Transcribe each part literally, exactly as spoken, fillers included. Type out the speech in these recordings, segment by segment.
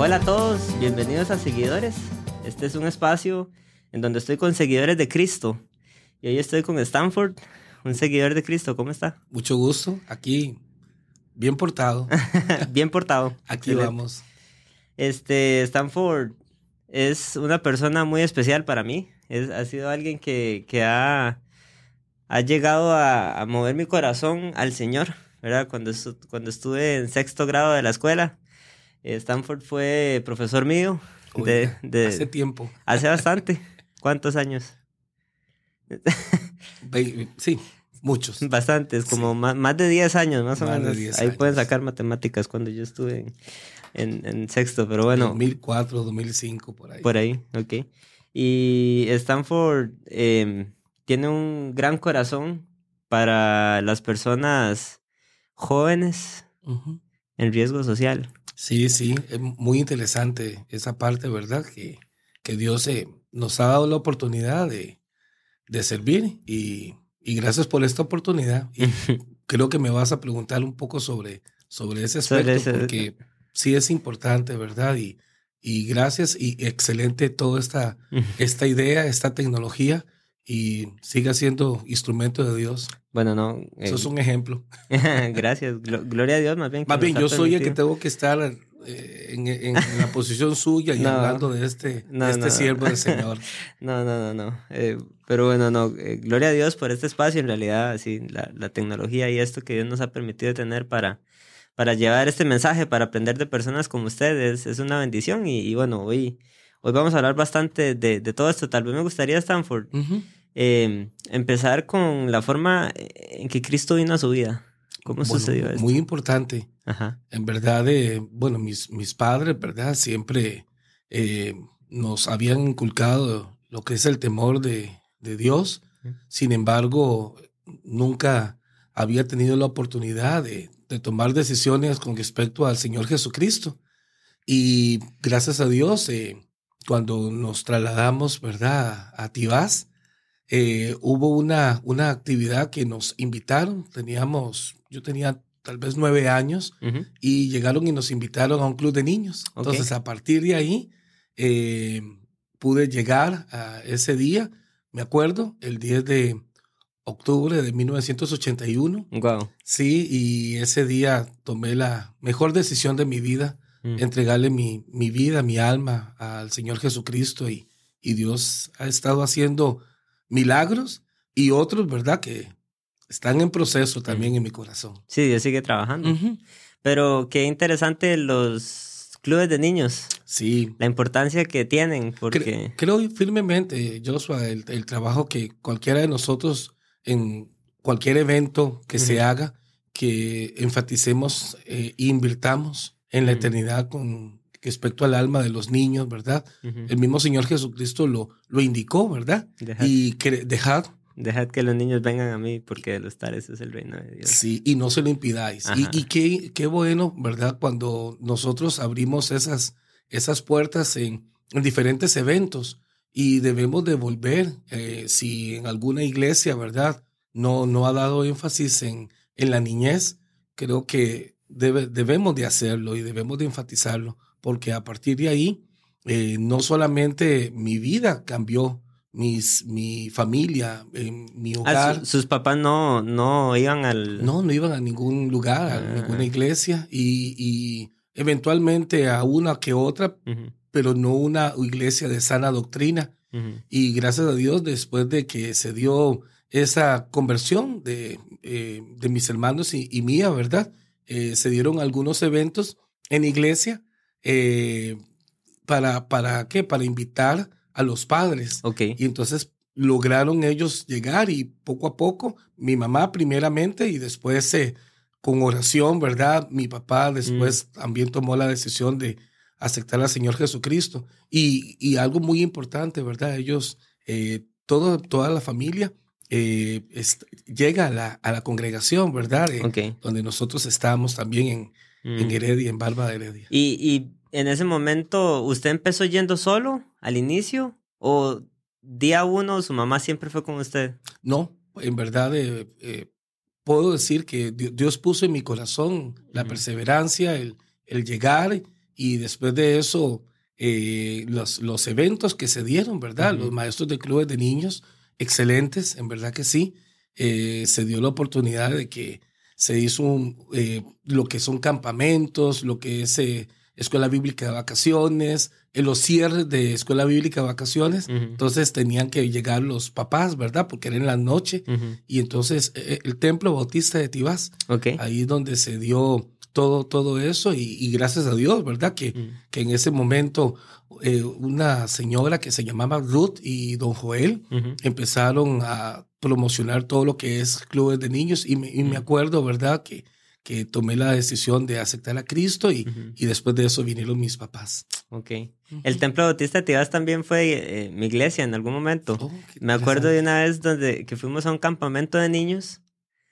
Hola a todos, bienvenidos a Seguidores. Este es un espacio en donde estoy con seguidores de Cristo. Y hoy estoy con Stanford, un seguidor de Cristo. ¿Cómo está? Mucho gusto, aquí bien portado. Bien portado. Aquí Excelente. vamos. Este, Stanford es una persona muy especial para mí. Es, ha sido alguien que, que ha, ha llegado a, a mover mi corazón al Señor, ¿verdad? Cuando, estu- cuando estuve en sexto grado de la escuela, eh, Stanford fue profesor mío de, Oiga, de hace tiempo. hace bastante. ¿Cuántos años? Ve- Sí, muchos. Bastantes, como Sí, más, más de diez años, más o más de menos. diez Ahí pueden años. sacar matemáticas cuando yo estuve en, en, en sexto, pero bueno, dos mil cuatro, dos mil cinco, por ahí. por ahí, ok. Y Stanford em, tiene un gran corazón para las personas jóvenes Ujú. en riesgo social. Sí, sí, es muy interesante esa parte, ¿verdad? Que, que Dios eh, nos ha dado la oportunidad de, de servir y, y gracias por esta oportunidad. Y creo que me vas a preguntar un poco sobre, sobre ese Sobre aspecto eso. porque sí es importante, ¿verdad? Y, y gracias y excelente toda esta, esta idea, esta tecnología y siga siendo instrumento de Dios. Bueno, no. Eso eh, es un ejemplo. gracias. Glo- gloria a Dios, más bien, que Más bien, nos ha yo soy el que permitido. tengo que estar eh, en, en- en la posición suya y No, hablando de este, de no, este no. siervo del Señor. No, no, no, no. Eh, pero bueno, no. eh, gloria a Dios por este espacio. En realidad, sí, la, la tecnología y esto que Dios nos ha permitido tener para, para llevar este mensaje, para aprender de personas como ustedes, es una bendición. Y, y bueno, hoy, hoy vamos a hablar bastante de, de todo esto. Tal vez me gustaría, Stanford, Ujú. eh, empezar con la forma en que Cristo vino a su vida. ¿Cómo Bueno, sucedió mu- esto? muy importante. Ajá. En verdad, eh, bueno, mis, mis padres, ¿verdad? Siempre eh, nos habían inculcado lo que es el temor de, de Dios. Sin embargo, nunca había tenido la oportunidad de, de tomar decisiones con respecto al Señor Jesucristo. Y gracias a Dios, eh, cuando nos trasladamos, ¿verdad? A Tibás, eh, hubo una, una actividad que nos invitaron. Teníamos, yo tenía tal vez nueve años Ujú. y llegaron y nos invitaron a un club de niños. Ok. Entonces, a partir de ahí, eh, pude llegar a ese día. Me acuerdo, el diez de octubre de mil novecientos ochenta y uno. Wow. Sí, y ese día tomé la mejor decisión de mi vida, Mm. entregarle mi, mi vida, mi alma al Señor Jesucristo y, y Dios ha estado haciendo milagros y otros, ¿verdad? Que están en proceso también Mm. en mi corazón. Sí, Dios sigue trabajando. Ujú. Pero qué interesante los clubes de niños, Sí, la importancia que tienen, Cre- porque creo firmemente, Joshua, el, el trabajo que cualquiera de nosotros en cualquier evento que se Ujú, haga, que enfaticemos e invirtamos en la ujú, eternidad con respecto al alma de los niños, ¿verdad? ujú. El mismo Señor Jesucristo lo, lo indicó, ¿verdad? Dejad, Y que, dejad, dejad que los niños vengan a mí, porque de los tales es el reino de Dios. sí, y no se lo impidáis. Y, Ajá. y qué, qué bueno, ¿verdad? Cuando nosotros abrimos esas, esas puertas en, en diferentes eventos y debemos de volver, eh, si en alguna iglesia, ¿verdad? No, no ha dado énfasis en, en la niñez, creo que debe, debemos de hacerlo y debemos de enfatizarlo, porque a partir de ahí, eh, no solamente mi vida cambió, mis, mi familia, eh, mi Ah, su- hogar, sus papás no, no iban al... no, no iban a ningún lugar, a ninguna Ah, iglesia y, y eventualmente a una que otra, ujú, pero no una iglesia de sana doctrina. ujú, Y gracias a Dios, después de que se dio esa conversión de, eh, de mis hermanos y, y mía, ¿verdad? Eh, se dieron algunos eventos en iglesia eh, para, ¿para qué? Para invitar a los padres. ok. Y entonces lograron ellos llegar y poco a poco, mi mamá primeramente y después eh, con oración, ¿verdad? Mi papá Mm, después también tomó la decisión de aceptar al Señor Jesucristo. Y, y algo muy importante, ¿verdad? Ellos, eh, todo, toda la familia eh, es- llega a la, a la congregación, ¿verdad? Eh, ok. donde nosotros estamos también en, en Mm. Heredia, en Barba de Heredia. Y, y en ese momento, ¿usted empezó yendo solo al inicio? ¿O día uno su mamá siempre fue con usted? No, en verdad eh, eh, puedo decir que Di- Dios puso en mi corazón la Ujú, perseverancia, el, el llegar y después de eso, eh, los, los eventos que se dieron, ¿verdad? Ujú. Los maestros de clubes de niños, excelentes, en verdad que sí. Eh, se dio la oportunidad de que se hizo un, eh, lo que son campamentos, lo que es eh, escuela bíblica de vacaciones, en los cierres de escuela bíblica de vacaciones. Ujú. Entonces tenían que llegar los papás, ¿verdad? Porque era en la noche. Ujú. Y entonces eh, el Templo Bautista de Tibás, Ok. ahí es donde se dio todo, todo eso. Y, y gracias a Dios, ¿verdad? Que, Ujú. que en ese momento eh, una señora que se llamaba Ruth y don Joel Ujú. empezaron a promocionar todo lo que es clubes de niños. Y me, y me Ujú. acuerdo, ¿verdad? Que, que tomé la decisión de aceptar a Cristo y, Ujú. y después de eso vinieron mis papás. Ok. Ujú. El Templo Bautista de Tibás también fue eh, mi iglesia en algún momento. Oh, qué Me acuerdo de interesante. una vez donde que fuimos a un campamento de niños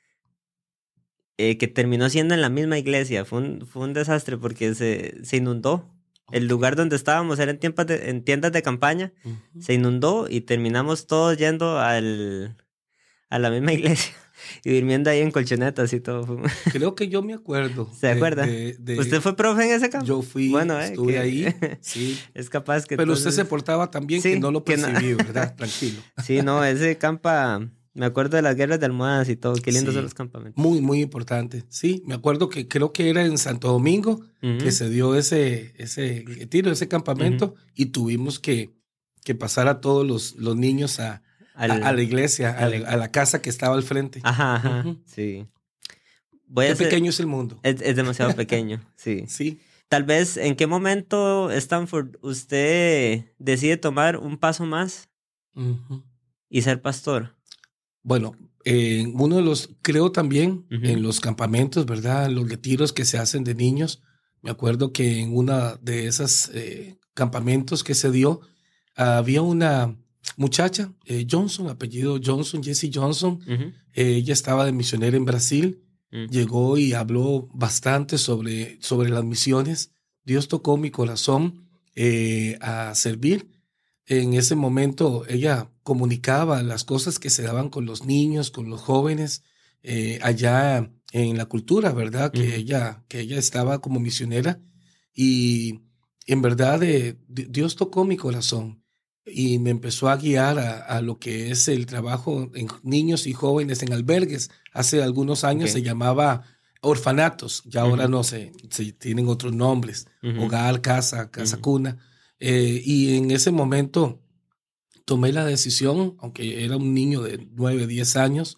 eh, que terminó siendo en la misma iglesia. Fue un, fue un desastre porque se, se inundó. El Ok. lugar donde estábamos era en, tiempas de- en tiendas de campaña. Ujú. Se inundó y terminamos todos yendo al, a la misma iglesia y durmiendo ahí en colchonetas y todo. Fue- Creo que yo me acuerdo ¿Se de, acuerda? de, ¿Usted de- fue profe en ese campo? yo fui, Bueno, eh, estuve ahí, que sí, es capaz que pero usted se entonces... portaba tan bien que Sí, no lo que no. percibí, ¿verdad? Tranquilo. Sí, no, ese campa, me acuerdo de las guerras de almohadas y todo, qué lindos son los Sí, campamentos. muy, muy importante. Sí, me acuerdo que creo que era en Santo Domingo que Ujú, se dio ese, ese retiro, ese ujú. campamento y tuvimos que, que pasar a todos los, los niños a, a, a la Al, iglesia, a, al- la a la casa que estaba al frente. Ajá, ajá, Ujú. sí. Voy a Qué hacer, pequeño es el mundo. es, es demasiado pequeño, sí. Sí. Tal vez, ¿en qué momento, Stanford, usted decide tomar un paso más Ujú. y ser pastor? Bueno, en uno de los, creo también en Ujú, los campamentos, ¿verdad? Los retiros que se hacen de niños. Me acuerdo que en una de esas eh, campamentos que se dio, había una muchacha, eh, Johnson, apellido Johnson, Jessie Johnson. ujú, Eh, ella estaba de misionera en Brasil. mm, Llegó y habló bastante sobre, sobre las misiones. Dios tocó mi corazón eh, a servir. En ese momento ella comunicaba las cosas que se daban con los niños, con los jóvenes, eh, allá en la cultura, ¿verdad? Que ujú, ella, que ella estaba como misionera y en verdad eh, Di- Dios tocó mi corazón y me empezó a guiar a, a lo que es el trabajo en niños y jóvenes en albergues. Hace algunos años se ok, llamaba orfanatos, ya ahora ujú, no sé, se tienen otros nombres, ujú, hogar, casa, casa ujú, cuna. Eh, y en ese momento tomé la decisión, aunque era un niño de nueve, diez años,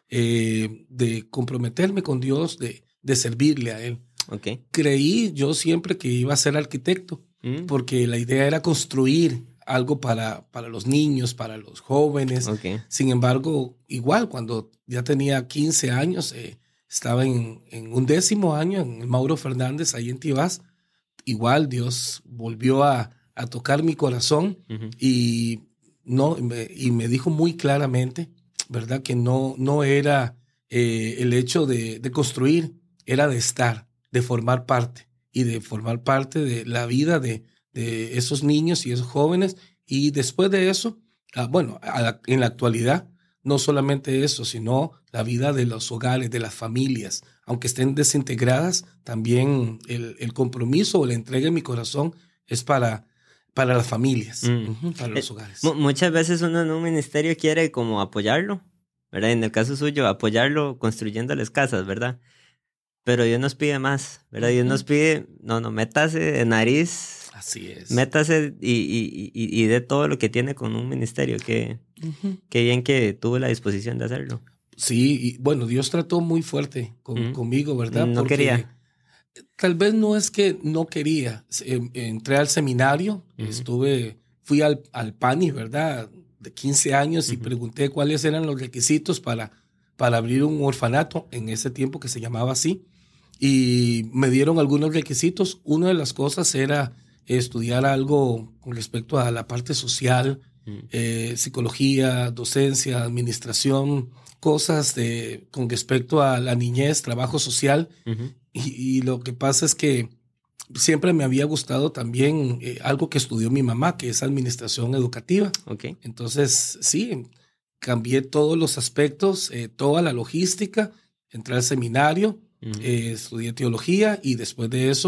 eh, de comprometerme con Dios, de, de servirle a Él. ok, Creí yo siempre que iba a ser arquitecto, mm, porque la idea era construir algo para, para los niños, para los jóvenes. ok, Sin embargo, igual cuando ya tenía quince años, eh, estaba en, en un décimo año en el Mauro Fernández, ahí en Tibás, igual Dios volvió a, a tocar mi corazón ujú, y, no, me, y me dijo muy claramente, ¿verdad? Que no, no era eh, el hecho de, de construir, era de estar, de formar parte y de formar parte de la vida de, de esos niños y esos jóvenes. Y después de eso, ah, bueno, a la- en la actualidad, no solamente eso, sino la vida de los hogares, de las familias, aunque estén desintegradas, también el, el compromiso o la entrega en mi corazón es para, para las familias, mm. ujú, para Eh, los hogares. mu- muchas veces uno en un ministerio quiere como apoyarlo, ¿verdad? En el caso suyo, apoyarlo construyéndoles casas, ¿verdad? Pero Dios nos pide más, ¿verdad? Dios nos Ujú. pide, no, no, métase de nariz, Así es. métase y, y, y, y de todo lo que tiene con un ministerio. Qué, Ujú. qué bien que tuvo la disposición de hacerlo. Sí, y bueno, Dios trató muy fuerte con- Ujú. conmigo, ¿verdad? No Porque quería. tal vez no es que no quería. Em- Entré al seminario, Ujú, estuve, fui al, al PANI, ¿verdad? De quince años y ujú, pregunté cuáles eran los requisitos para, para abrir un orfanato en ese tiempo que se llamaba así. Y me dieron algunos requisitos. Una de las cosas era estudiar algo con respecto a la parte social, ujú, eh, psicología, docencia, administración, cosas de, con respecto a la niñez, trabajo social. ujú, Y, y lo que pasa es que siempre me había gustado también eh, algo que estudió mi mamá, que es administración educativa. ok. Entonces, sí, cambié todos los aspectos, eh, toda la logística, entré al seminario, Ujú, eh, estudié teología y después de eso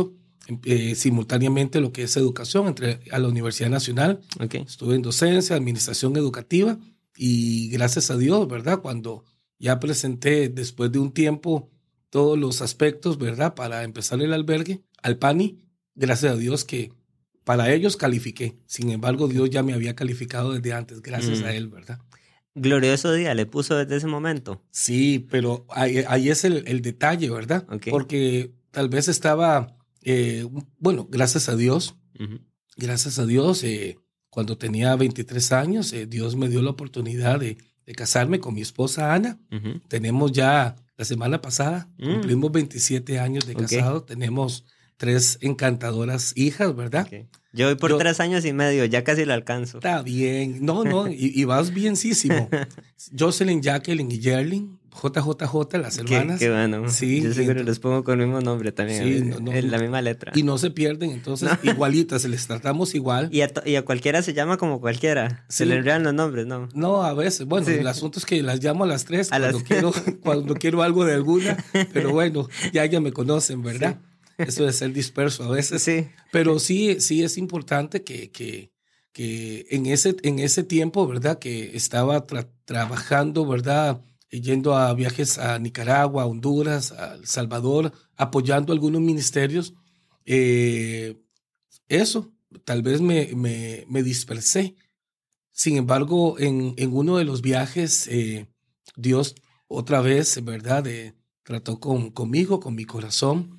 eh, simultáneamente lo que es educación, entré a la Universidad Nacional, Okay. estuve en docencia, administración educativa y gracias a Dios, ¿verdad? Cuando ya presenté después de un tiempo todos los aspectos, ¿verdad? Para empezar el albergue, al PANI, gracias a Dios que para ellos califiqué. Sin embargo, Dios ya me había calificado desde antes, gracias Mm. a Él, ¿verdad? Glorioso día le puso desde ese momento. Sí, pero ahí, ahí es el, el detalle, ¿verdad? Okay. Porque tal vez estaba, eh, bueno, gracias a Dios, Uh-huh. gracias a Dios, eh, cuando tenía veintitrés años, eh, Dios me dio la oportunidad de, de casarme con mi esposa Ana. Uh-huh. Tenemos ya, la semana pasada, Mm. cumplimos veintisiete años de Okay. casado, tenemos tres encantadoras hijas, ¿verdad? Okay. Yo voy por Yo- tres años y medio, ya casi lo alcanzo. Está bien, no, no, y, y vas bienísimo. Jocelyn, Jacqueline y Jerlin, J J J, las Qué, hermanas. qué bueno. Sí, Yo y seguro ento- los pongo con el mismo nombre también. Sí, eh, no, no, en no. la misma letra. Y no se pierden, entonces igualitas, les tratamos igual. Y a, to- y a cualquiera se llama como cualquiera. Se Sí. le enredan los nombres, ¿no? No, a veces, bueno, Sí. el asunto es que las llamo a las tres A cuando, las- quiero, cuando quiero algo de alguna, pero bueno, ya ya me conocen, ¿verdad? Eso de ser disperso a veces. Sí. Pero sí, sí es importante que, que, que en, ese, en ese tiempo, ¿verdad? Que estaba tra- trabajando, ¿verdad? Yendo a viajes a Nicaragua, a Honduras, a El Salvador, apoyando algunos ministerios. Eh, eso, tal vez me, me, me dispersé. Sin embargo, en, en uno de los viajes, eh, Dios otra vez, ¿verdad? Eh, trató con, conmigo, con mi corazón.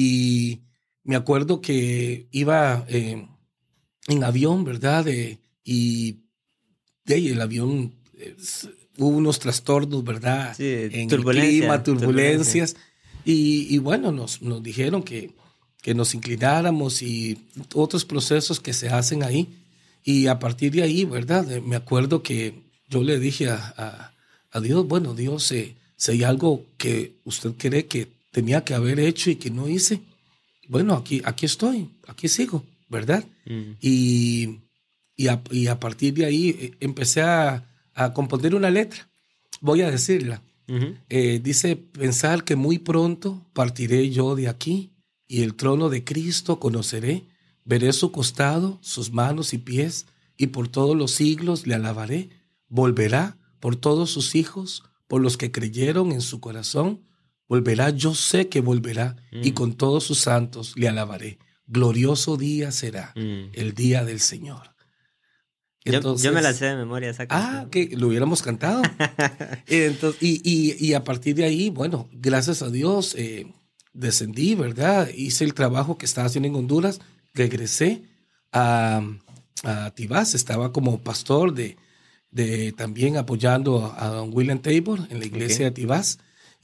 Y me acuerdo que iba eh, en avión, ¿verdad? Eh, y de ahí el avión, eh, s- hubo unos trastornos, ¿verdad? Sí, En turbulencia, el clima, turbulencia. turbulencias. Y, y bueno, nos, nos dijeron que, que nos inclináramos y otros procesos que se hacen ahí. Y a partir de ahí, ¿verdad? Eh, Me acuerdo que yo le dije a, a, a Dios, bueno, Dios, eh, si hay algo que usted cree que tenía que haber hecho y que no hice, bueno, aquí, aquí estoy, aquí sigo, ¿verdad? Mm. Y, y, a, y a partir de ahí eh, empecé a, a componer una letra, voy a decirla. Ujú. Eh, dice, pensar que muy pronto partiré yo de aquí y el trono de Cristo conoceré, veré su costado, sus manos y pies, y por todos los siglos le alabaré. Volverá por todos sus hijos, por los que creyeron en su corazón. Volverá, yo sé que volverá, y Mm. con todos sus santos le alabaré. Glorioso día será Mm. el día del Señor. Yo, yo me la sé de memoria esa Ah, canción. que lo hubiéramos cantado. Entonces, y, y, y a partir de ahí, bueno, gracias a Dios, eh, descendí, ¿verdad? Hice el trabajo que estaba haciendo en Honduras, regresé a, a Tibás, estaba como pastor de, de también apoyando a don William Tabor en la iglesia Ok. de Tibás.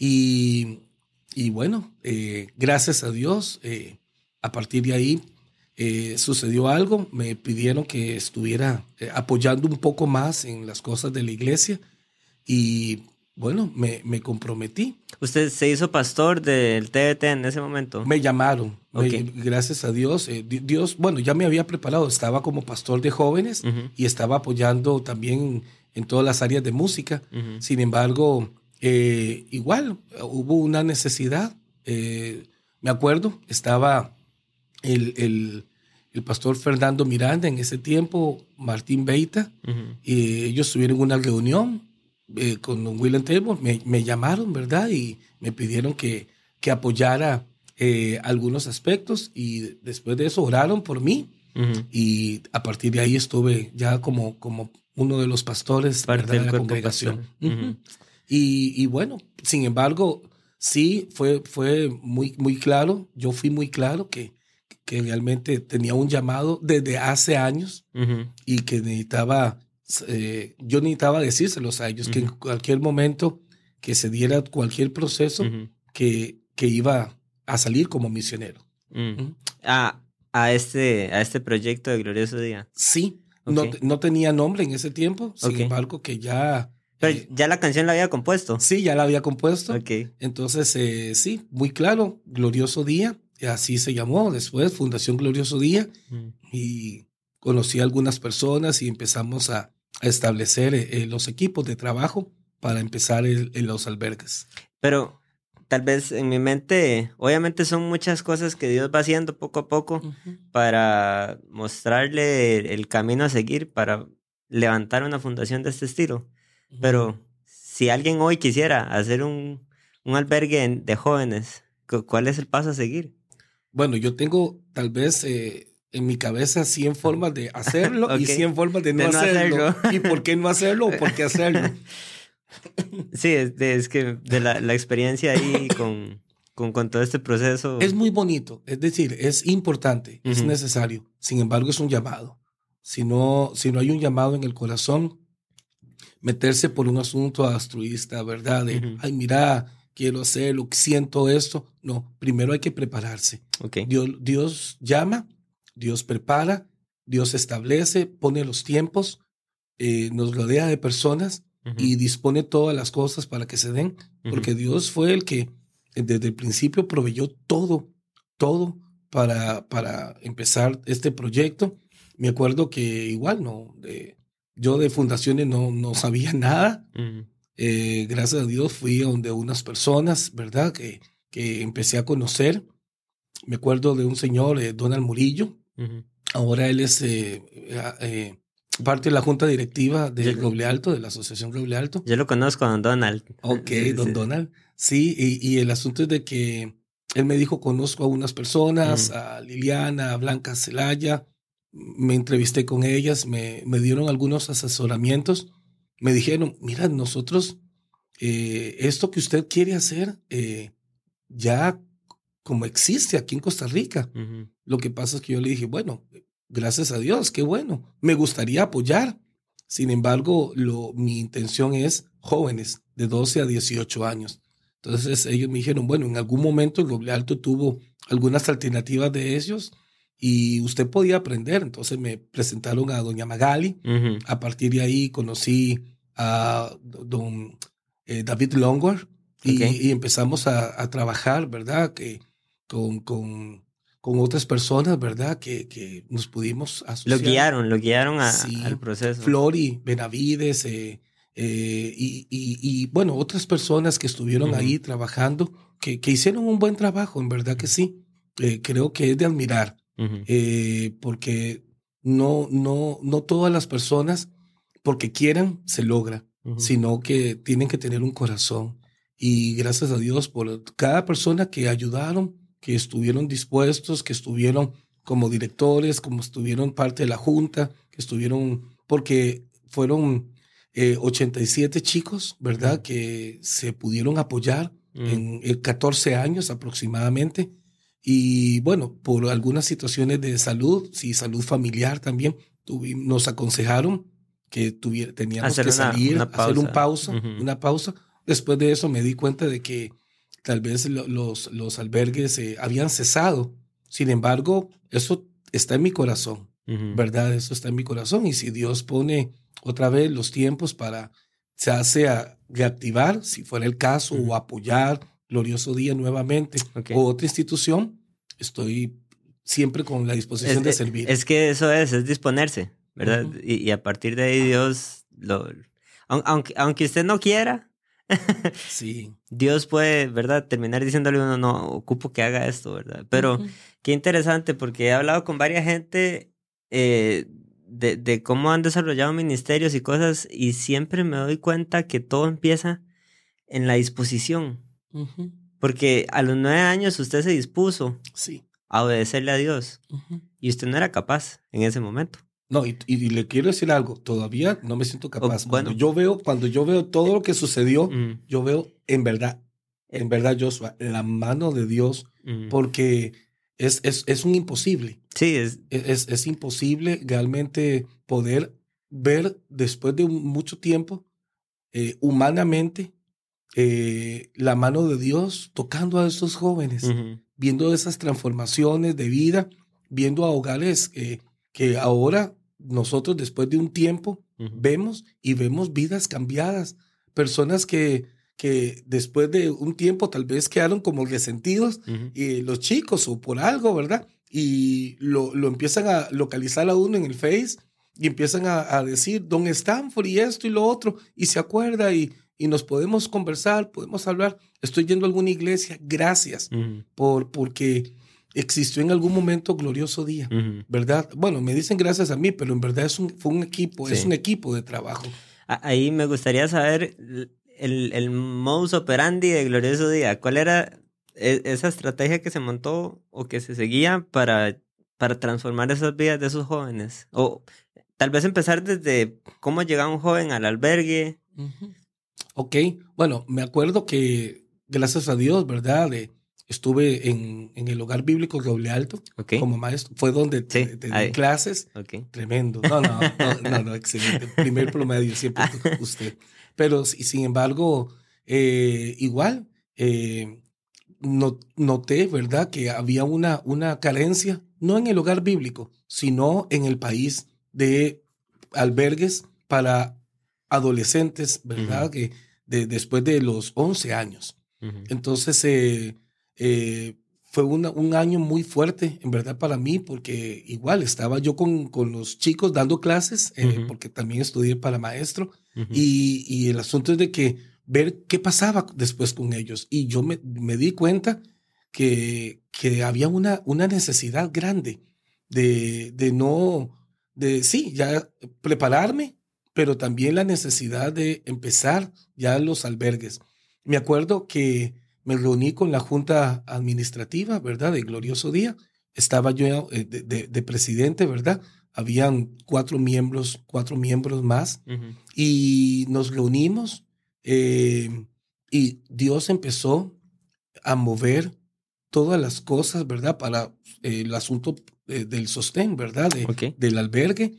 Y, y bueno, eh, gracias a Dios, eh, a partir de ahí eh, sucedió algo, me pidieron que estuviera eh, apoyando un poco más en las cosas de la iglesia y bueno, me, me comprometí. ¿Usted se hizo pastor del T V T en ese momento? Me llamaron, me- Ok. gracias a Dios. eh, di- Dios, bueno, ya me había preparado, estaba como pastor de jóvenes Ujú. y estaba apoyando también en todas las áreas de música. Ujú. Sin embargo, eh, igual hubo una necesidad. eh, me acuerdo, estaba el, el, el pastor Fernando Miranda en ese tiempo, Martín Beita, Ujú. y ellos tuvieron una reunión eh, con don William Taylor, me, me llamaron, ¿verdad? Y me pidieron que, que apoyara eh, algunos aspectos y después de eso oraron por mí Ujú. y a partir de ahí estuve ya como, como uno de los pastores, Parte ¿verdad? del de la cuerpo congregación. pastor. Ujú. Ujú. Y, y bueno, sin embargo, sí fue, fue muy, muy claro, yo fui muy claro que, que realmente tenía un llamado desde hace años Ujú. y que necesitaba, eh, yo necesitaba decírselos a ellos, que en Ujú. cualquier momento que se diera cualquier proceso, Ujú. que, que iba a salir como misionero. Mm. Ujú. a, a, este, a este proyecto de Glorioso Día. Sí, no, Ok. no tenía nombre en ese tiempo, sin Ok. embargo que ya... Pero eh, ya la canción la había compuesto. sí, ya la había compuesto. Ok. Entonces, eh, sí, muy claro, Glorioso Día, y así se llamó después, Fundación Glorioso Día, Mm. y conocí a algunas personas y empezamos a, a establecer eh, eh, los equipos de trabajo para empezar el- en los albergues. Pero tal vez en mi mente, obviamente son muchas cosas que Dios va haciendo poco a poco uh-huh. para mostrarle el, el camino a seguir, para levantar una fundación de este estilo. Uh-huh. Pero si alguien hoy quisiera hacer un, un albergue de jóvenes, ¿cuál es el paso a seguir? Bueno, yo tengo tal vez eh, en mi cabeza cien formas de hacerlo okay. y cien formas de no, de no hacerlo. hacerlo. ¿Y por qué no hacerlo o por qué hacerlo? Sí, es, de, es que de la, la experiencia ahí con, con, con todo este proceso. Es muy bonito, es decir, es importante, uh-huh. es necesario. Sin embargo, es un llamado. Si no, si no hay un llamado en el corazón, meterse por un asunto altruista, ¿verdad? De, uh-huh. ay, mira, quiero hacerlo, siento esto. No, primero hay que prepararse. Okay. Dios, Dios llama, Dios prepara, Dios establece, pone los tiempos, eh, nos rodea de personas uh-huh. y dispone todas las cosas para que se den, uh-huh. porque Dios fue el que desde el principio proveyó todo, todo para, para empezar este proyecto. Me acuerdo que igual no, de, yo de fundaciones no, no sabía nada. Uh-huh. Eh, gracias a Dios fui a donde unas personas, ¿verdad? Que, que empecé a conocer. Me acuerdo de un señor, eh, Donald Murillo. Uh-huh. Ahora él es eh, eh, parte de la junta directiva de Roble Alto, de la Asociación Roble Alto. Yo lo conozco, don Donald. Ok, don sí. Donald. Sí, y, y el asunto es de que él me dijo, conozco a unas personas, uh-huh. a Liliana, a Blanca Celaya. Me entrevisté con ellas, me, me dieron algunos asesoramientos. Me dijeron, mira, nosotros, eh, esto que usted quiere hacer, eh, ya como existe aquí en Costa Rica. Uh-huh. Lo que pasa es que yo le dije, bueno, gracias a Dios, qué bueno. Me gustaría apoyar. Sin embargo, lo, mi intención es jóvenes de doce a dieciocho años. Entonces ellos me dijeron, bueno, en algún momento el Roble Alto tuvo algunas alternativas de ellos y usted podía aprender. Entonces me presentaron a doña Magali. Uh-huh. A partir de ahí conocí a don eh, David Longworth y, okay. y empezamos a, a trabajar, ¿verdad? Que con, con, con otras personas, ¿verdad? Que, que nos pudimos asociar. Lo guiaron, lo guiaron a, sí. al proceso. Flori Benavides eh, eh, y, y, y, bueno, otras personas que estuvieron uh-huh. ahí trabajando, que, que hicieron un buen trabajo, en verdad que sí. Eh, creo que es de admirar, uh-huh. eh, porque no, no, no todas las personas, porque quieran, se logra, uh-huh. sino que tienen que tener un corazón. Y gracias a Dios por cada persona que ayudaron, que estuvieron dispuestos, que estuvieron como directores, como estuvieron parte de la junta, que estuvieron, porque fueron eh, ochenta y siete chicos, ¿verdad? Uh-huh. Que se pudieron apoyar uh-huh. en eh, catorce años aproximadamente. Y bueno, por algunas situaciones de salud, sí, salud familiar también, tuvimos, nos aconsejaron que tuviera, teníamos hacer que salir, una, una hacer un pausa, uh-huh. una pausa. Después de eso me di cuenta de que tal vez lo, los, los albergues eh, habían cesado. Sin embargo, eso está en mi corazón, uh-huh. ¿verdad? Eso está en mi corazón. Y si Dios pone otra vez los tiempos para se hace a reactivar, si fuera el caso, uh-huh. o apoyar Glorioso Día nuevamente, okay. o otra institución, estoy siempre con la disposición es, de servir. Es que eso es, es disponerse, ¿verdad? Uh-huh. y, y a partir de ahí Dios, lo, aunque, aunque usted no quiera, sí. Dios puede, ¿verdad? Terminar diciéndole a uno, no, ocupo que haga esto, ¿verdad? Pero uh-huh. qué interesante, porque he hablado con varias gente eh, de, de cómo han desarrollado ministerios y cosas, y siempre me doy cuenta que todo empieza en la disposición. Uh-huh. Porque a los nueve años usted se dispuso sí. a obedecerle a Dios, uh-huh. y usted no era capaz en ese momento. No, y, y le quiero decir algo, todavía no me siento capaz. Oh, bueno. Cuando yo veo, cuando yo veo todo lo que sucedió, mm. yo veo en verdad, en verdad, Joshua, la mano de Dios, mm. porque es, es, es un imposible. Sí, es... Es, es imposible realmente poder ver después de un, mucho tiempo, eh, humanamente, eh, la mano de Dios tocando a estos jóvenes, uh-huh. viendo esas transformaciones de vida, viendo a hogares eh, que ahora nosotros después de un tiempo uh-huh. vemos y vemos vidas cambiadas, personas que, que después de un tiempo tal vez quedaron como resentidos, uh-huh. y los chicos o por algo, ¿verdad? Y lo, lo empiezan a localizar a uno en el Face y empiezan a, a decir Don Stanford y esto y lo otro, y se acuerda y, y nos podemos conversar, podemos hablar. Estoy yendo a alguna iglesia, gracias uh-huh. por, porque existió en algún momento glorioso día, uh-huh. ¿verdad? Bueno, me dicen gracias a mí, pero en verdad es un, fue un equipo, sí. es un equipo de trabajo. Ahí me gustaría saber el, el modus operandi de glorioso día. ¿Cuál era esa estrategia que se montó o que se seguía para, para transformar esas vidas de esos jóvenes? O tal vez empezar desde cómo llegaba un joven al albergue. Uh-huh. Ok, bueno, me acuerdo que gracias a Dios, ¿verdad? De, estuve en, en el hogar bíblico Roble Alto okay. como maestro. Fue donde te, sí, te di clases. Okay. Tremendo. No, no, no, no, no, excelente. Primer promedio siempre usted. Pero sin embargo, eh, igual, eh, not, noté, ¿verdad? Que había una, una carencia, no en el hogar bíblico, sino en el país de albergues para adolescentes, ¿verdad? Uh-huh. Que de, después de los once años. Uh-huh. Entonces, eh, eh, fue una, un año muy fuerte, en verdad, para mí, porque igual estaba yo con, con los chicos dando clases, eh, uh-huh. porque también estudié para maestro, uh-huh. y, y el asunto es de que ver qué pasaba después con ellos. Y yo me, me di cuenta que, que había una, una necesidad grande de, de no, de sí, ya prepararme, pero también la necesidad de empezar ya los albergues. Me acuerdo que me reuní con la Junta Administrativa, ¿verdad? De Glorioso Día. Estaba yo de, de, de presidente, ¿verdad? Habían cuatro miembros, cuatro miembros más. Uh-huh. Y nos reunimos eh, y Dios empezó a mover todas las cosas, ¿verdad? Para eh, el asunto eh, del sostén, ¿verdad? De, okay. Del albergue.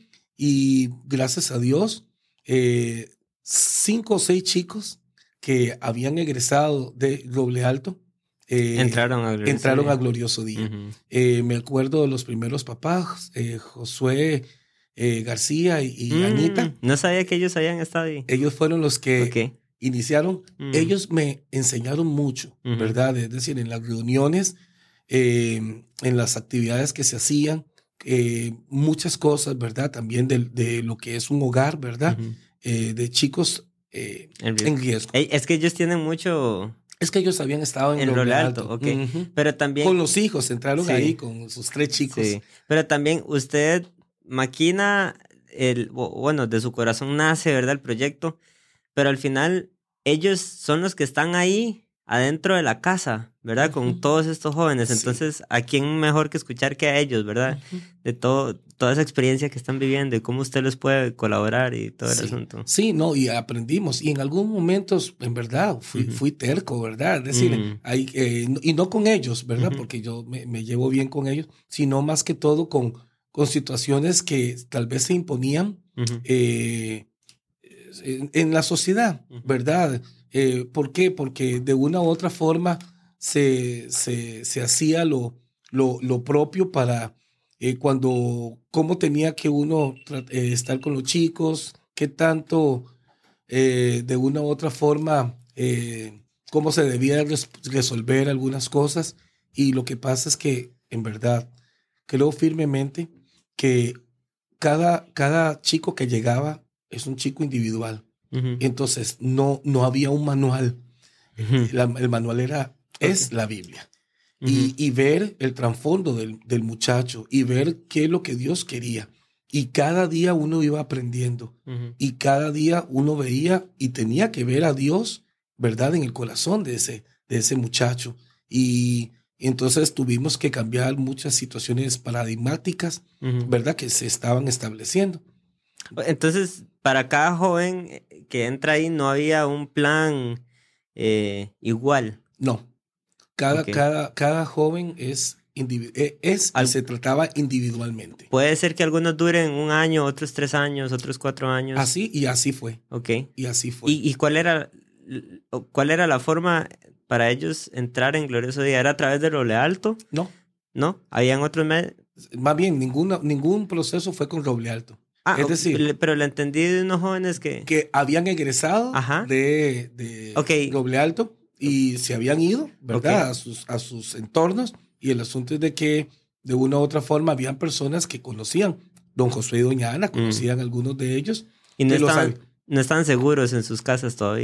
Y gracias a Dios, eh, cinco o seis chicos que habían egresado de Roble Alto eh, entraron, a Glorioso, entraron día. a Glorioso Día. Uh-huh. Eh, me acuerdo de los primeros papás, eh, Josué eh, García y, y mm, Anita. No sabía que ellos habían estado ahí. Ellos fueron los que okay. iniciaron. Uh-huh. Ellos me enseñaron mucho, uh-huh. ¿verdad? Es decir, en las reuniones, eh, en las actividades que se hacían, eh, muchas cosas, ¿verdad? También de, de lo que es un hogar, ¿verdad? Uh-huh. Eh, de chicos eh, en riesgo. En riesgo. Ey, es que ellos tienen mucho... Es que ellos habían estado en, en Roble Alto. Alto. Okay. Uh-huh. Pero también... Con los hijos, entraron sí. ahí con sus tres chicos. Sí. Pero también usted maquina, el, bueno, de su corazón nace, ¿verdad? El proyecto. Pero al final, ellos son los que están ahí adentro de la casa, ¿verdad? Uh-huh. Con todos estos jóvenes. Entonces, sí. ¿a quién mejor que escuchar que a ellos, verdad? Uh-huh. De todo, toda esa experiencia que están viviendo y cómo usted les puede colaborar y todo el sí. asunto. Sí, no, y aprendimos. Y en algún momento, en verdad, fui, uh-huh. fui terco, ¿verdad? Es decir, uh-huh. hay, eh, y no con ellos, ¿verdad? Uh-huh. Porque yo me, me llevo bien con ellos, sino más que todo con, con situaciones que tal vez se imponían uh-huh. eh, en, en la sociedad, uh-huh. ¿verdad? Eh, ¿Por qué? Porque de una u otra forma se, se, se hacía lo, lo, lo propio para eh, cuando, cómo tenía que uno eh, estar con los chicos, qué tanto eh, de una u otra forma, eh, cómo se debía res- resolver algunas cosas. Y lo que pasa es que, en verdad, creo firmemente que cada, cada chico que llegaba es un chico individual. Uh-huh. Entonces no, no había un manual. Uh-huh. La, el manual era, okay. es la Biblia. Uh-huh. Y, y ver el trasfondo del, del muchacho y ver qué es lo que Dios quería. Y cada día uno iba aprendiendo. Uh-huh. Y cada día uno veía y tenía que ver a Dios, ¿verdad? En el corazón de ese, de ese muchacho. Y entonces tuvimos que cambiar muchas situaciones paradigmáticas, uh-huh. ¿verdad? Que se estaban estableciendo. Entonces, para cada joven que entra ahí no había un plan eh, igual. No. Cada, okay. cada, cada joven es, individu- es Al- se trataba individualmente. Puede ser que algunos duren un año, otros tres años, otros cuatro años. Así y así fue. Okay. Y así fue. ¿Y, y cuál era, cuál era la forma para ellos entrar en Glorioso Día? ¿Era a través de Roble Alto? No. ¿No? ¿Habían otros medios? Más bien, ninguna, ningún proceso fue con Roble Alto. Ah, es decir, pero le entendí de unos jóvenes que... Que habían egresado Ajá. de, de okay. Roble Alto y se habían ido, ¿verdad? Okay. A, sus, a sus entornos. Y el asunto es de que de una u otra forma habían personas que conocían. Don Josué y Doña Ana conocían mm. algunos de ellos. Y no estaban, no estaban seguros en sus casas todavía.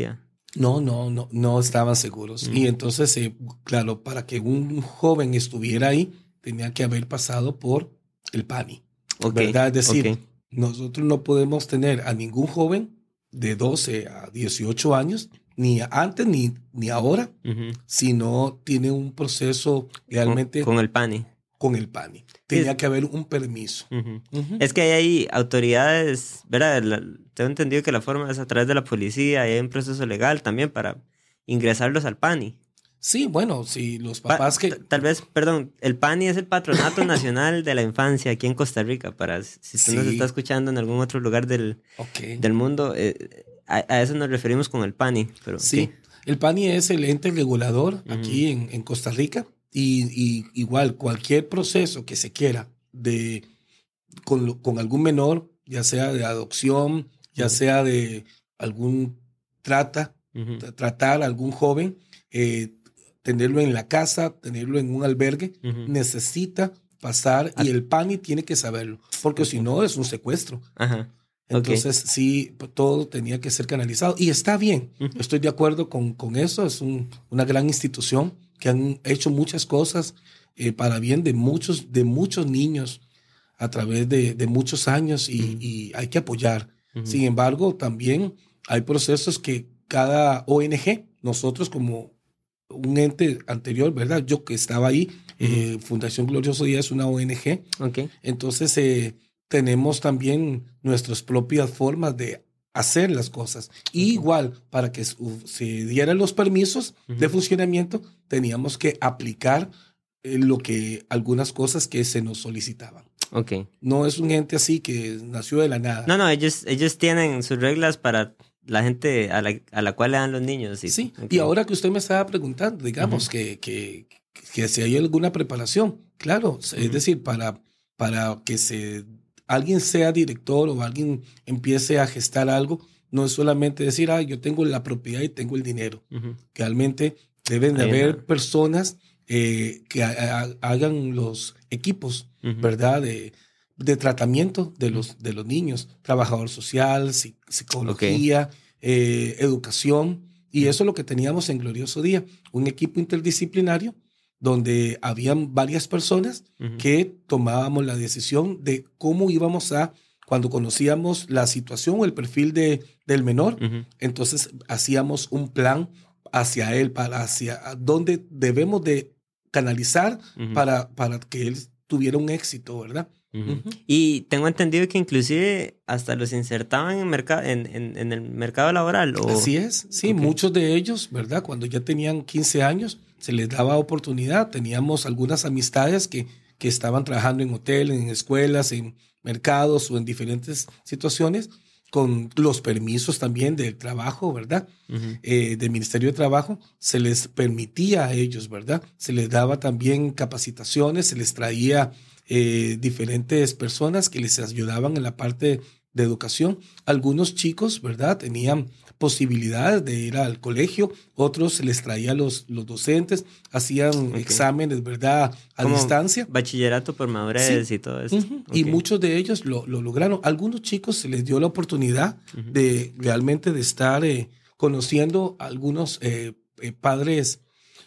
No, no, no, no estaban seguros. Mm. Y entonces, eh, claro, para que un joven estuviera ahí, tenía que haber pasado por el PANI, Ok, ¿verdad? Es ok. decir, nosotros no podemos tener a ningún joven de doce a dieciocho años, ni antes ni, ni ahora, Ujú. si no tiene un proceso Con, realmente con el PANI. con el PANI. Sí, es- Tenía que haber un permiso. Ujú. Ujú. Es que hay ahí autoridades, ¿verdad? La- tengo entendido que la forma es a través de la policía y hay un proceso legal también para ingresarlos al PANI. Sí, bueno, si los Pa- papás que... t- tal vez, perdón, el PANI es el Patronato Nacional de la Infancia aquí en Costa Rica, para si si usted nos está Sí, escuchando en algún otro lugar del, ok. del mundo, eh, a, a eso nos referimos con el PANI, pero ok. Sí, el PANI es el ente regulador Ujú, aquí en, en Costa Rica y, y igual cualquier proceso que se quiera de, con, lo- con algún menor, ya sea de adopción, ya ujú, sea de algún trata, ujú, tra- tratar a algún joven, eh, tenerlo en la casa, tenerlo en un albergue, ujú. necesita pasar y Ah, el PANI tiene que saberlo, porque si ok. no es un secuestro. Ajá. Ok. Entonces, sí, p- todo tenía que ser canalizado. Y está bien, Ujú, estoy de acuerdo con, con eso. Es un- una gran institución que han hecho muchas cosas eh, para bien de muchos, de muchos niños a través de, de muchos años y, ujú, y hay que apoyar. ujú, Sin embargo, también hay procesos que cada O N G, nosotros como un ente anterior, ¿verdad? Yo que estaba ahí, ujú. eh, Fundación Glorioso Día es una O N G, Ok. entonces, eh, tenemos también nuestras propias formas de hacer las cosas. Y Ok. igual, para que su- se dieran los permisos de Ujú, funcionamiento, teníamos que aplicar eh, lo que algunas cosas que se nos solicitaban. ok. No es un ente así que nació de la nada. No, no, ellos, ellos tienen sus reglas para la gente a la, a la cual le dan los niños. Sí. Sí, Ok. y ahora que usted me estaba preguntando, digamos, Ujú, que, que, que si hay alguna preparación, claro, es ujú, decir, para, para que se, alguien sea director o alguien empiece a gestar algo, no es solamente decir, ah, yo tengo la propiedad y tengo el dinero. ujú. Realmente deben de Hay haber una. personas eh, que ha- ha- hagan los equipos, Ujú, ¿verdad? De, de tratamiento de ujú. los, de los niños, trabajador social, psi- Ok. psicología, eh, educación. Y Ujú, eso es lo que teníamos en Glorioso Día, un equipo interdisciplinario donde habían varias personas ujú. que tomábamos la decisión de cómo íbamos a, cuando conocíamos la situación o el perfil de, del menor, Ujú, entonces hacíamos un plan hacia él, para hacia dónde debemos de canalizar ujú, para, para que él tuviera un éxito, ¿verdad? ujú. Ujú. Y tengo entendido que inclusive hasta los insertaban en, mercado, en, en, en el mercado laboral. O... Así es, sí, Ok. muchos de ellos, ¿verdad? Cuando ya tenían quince años, se les daba oportunidad. Teníamos algunas amistades que, que estaban trabajando en hoteles, en escuelas, en mercados o en diferentes situaciones, con los permisos también del trabajo, ¿verdad? Ujú, Eh, del Ministerio de Trabajo, se les permitía a ellos, ¿verdad? Se les daba también capacitaciones, se les traía eh, diferentes personas que les ayudaban en la parte de educación. Algunos chicos, ¿verdad? Tenían posibilidades de ir al colegio, otros se les traía los, los docentes, hacían ok. exámenes, ¿verdad? A Como distancia. bachillerato por Sí. madurez y todo esto. Ujú. Y Ok. muchos de ellos lo, lo lograron. Algunos chicos se les dio la oportunidad Ujú, de realmente de estar eh, conociendo a algunos eh, eh, padres,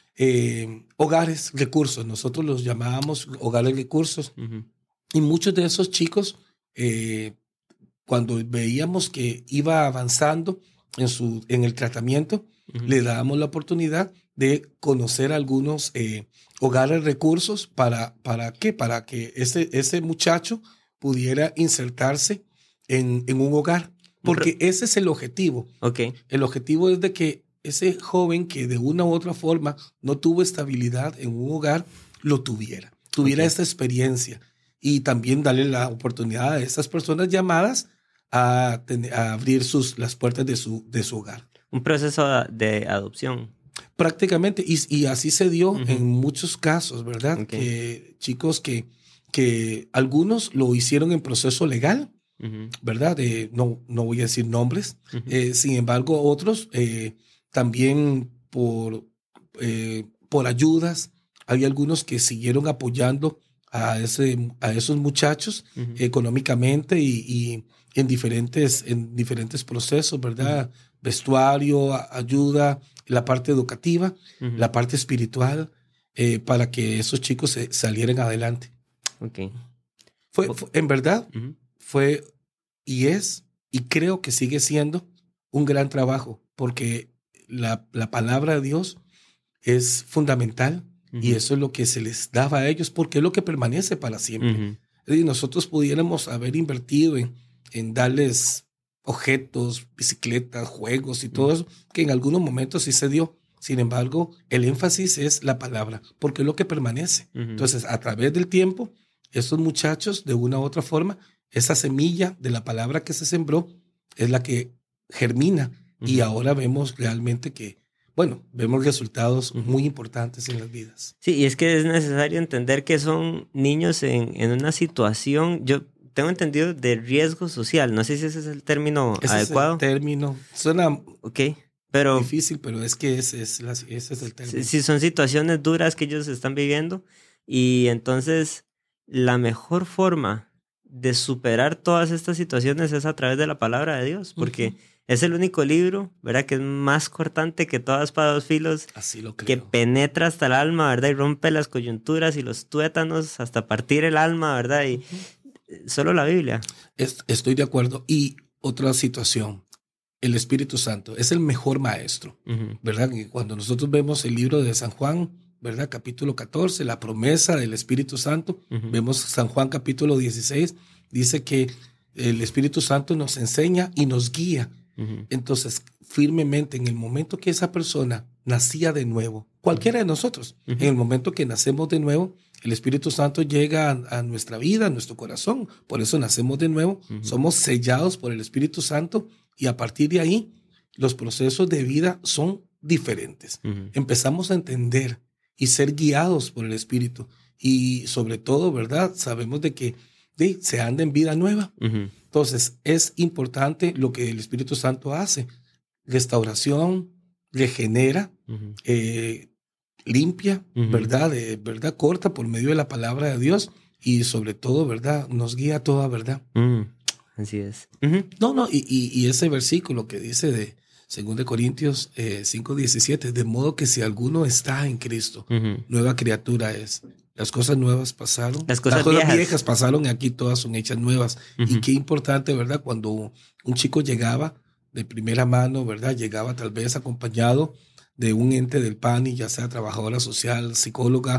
eh, hogares, recursos. Nosotros los llamábamos hogares recursos. ujú, Y muchos de esos chicos, eh, cuando veíamos que iba avanzando en, su, en el tratamiento, ujú. le dábamos la oportunidad de conocer algunos eh, hogares recursos para, para qué, para que ese, ese muchacho pudiera insertarse en, en un hogar, Un pro- porque ese es el objetivo. Ok. El objetivo es de que ese joven que de una u otra forma no tuvo estabilidad en un hogar, lo tuviera, tuviera Ok. esta experiencia y también darle la oportunidad a estas personas llamadas a, tener- a abrir sus, las puertas de su, de su hogar. Un proceso de adopción. Prácticamente, y, y así se dio Ujú, en muchos casos, ¿verdad? ok. Que chicos que, que algunos lo hicieron en proceso legal, Ujú, ¿verdad? Eh, no, no voy a decir nombres. ujú, Eh, sin embargo, otros eh, también por, eh, por ayudas. Hay algunos que siguieron apoyando a, ese, a esos muchachos ujú, económicamente y, y en diferentes, en diferentes procesos, ¿verdad? Uh-huh. Vestuario, ayuda, la parte educativa, uh-huh. la parte espiritual, eh, para que esos chicos se, salieran adelante. Okay. Fue, fue, en verdad, uh-huh. fue y es, y creo que sigue siendo un gran trabajo, porque la, la palabra de Dios es fundamental, uh-huh. y eso es lo que se les daba a ellos, porque es lo que permanece para siempre. Uh-huh. Y nosotros pudiéramos haber invertido en, en darles objetos, bicicletas, juegos y todo eso, que en algunos momentos sí se dio. Sin embargo, el énfasis es la palabra, porque es lo que permanece. Uh-huh. Entonces, a través del tiempo, estos muchachos, de una u otra forma, esa semilla de la palabra que se sembró es la que germina. Uh-huh. Y ahora vemos realmente que, bueno, vemos resultados uh-huh. muy importantes en las vidas. Sí, y es que es necesario entender que son niños en, en una situación, yo tengo entendido, de riesgo social. No sé si ese es el término ese adecuado. Es el término. Suena okay, pero, difícil, pero es que ese es, la, ese es el término. Sí, son situaciones duras que ellos están viviendo, y entonces la mejor forma de superar todas estas situaciones es a través de la palabra de Dios, porque uh-huh. es el único libro, ¿verdad?, que es más cortante que toda espada de dos filos. Así lo creo. Que penetra hasta el alma, ¿verdad?, y rompe las coyunturas y los tuétanos hasta partir el alma, ¿verdad? Y uh-huh. solo la Biblia. Estoy de acuerdo. Y otra situación, el Espíritu Santo es el mejor maestro, uh-huh. ¿verdad? Y cuando nosotros vemos el libro de San Juan, ¿verdad?, capítulo catorce, la promesa del Espíritu Santo, uh-huh. vemos San Juan capítulo dieciséis, dice que el Espíritu Santo nos enseña y nos guía. Uh-huh. Entonces, firmemente, en el momento que esa persona nacía de nuevo, cualquiera de nosotros, uh-huh. en el momento que nacemos de nuevo, el Espíritu Santo llega a, a nuestra vida, a nuestro corazón. Por eso nacemos de nuevo, uh-huh. somos sellados por el Espíritu Santo, y a partir de ahí, los procesos de vida son diferentes. Uh-huh. Empezamos a entender y ser guiados por el Espíritu. Y sobre todo, ¿verdad?, sabemos de que de, se anda en vida nueva. Uh-huh. Entonces, es importante lo que el Espíritu Santo hace. Restauración, regenera, uh-huh. eh, limpia, uh-huh. ¿verdad? De verdad, corta por medio de la palabra de Dios, y sobre todo, ¿verdad?, nos guía a toda verdad. Uh-huh. Así es. Uh-huh. No, no, y, y, y ese versículo que dice de dos de Corintios eh, cinco diecisiete, de modo que si alguno está en Cristo, uh-huh. nueva criatura es. Las cosas nuevas pasaron, las cosas, las cosas viejas. viejas pasaron, y aquí todas son hechas nuevas. Uh-huh. Y qué importante, ¿verdad? Cuando un chico llegaba de primera mano, ¿verdad? Llegaba tal vez acompañado de un ente del P A N I, ya sea trabajadora social, psicóloga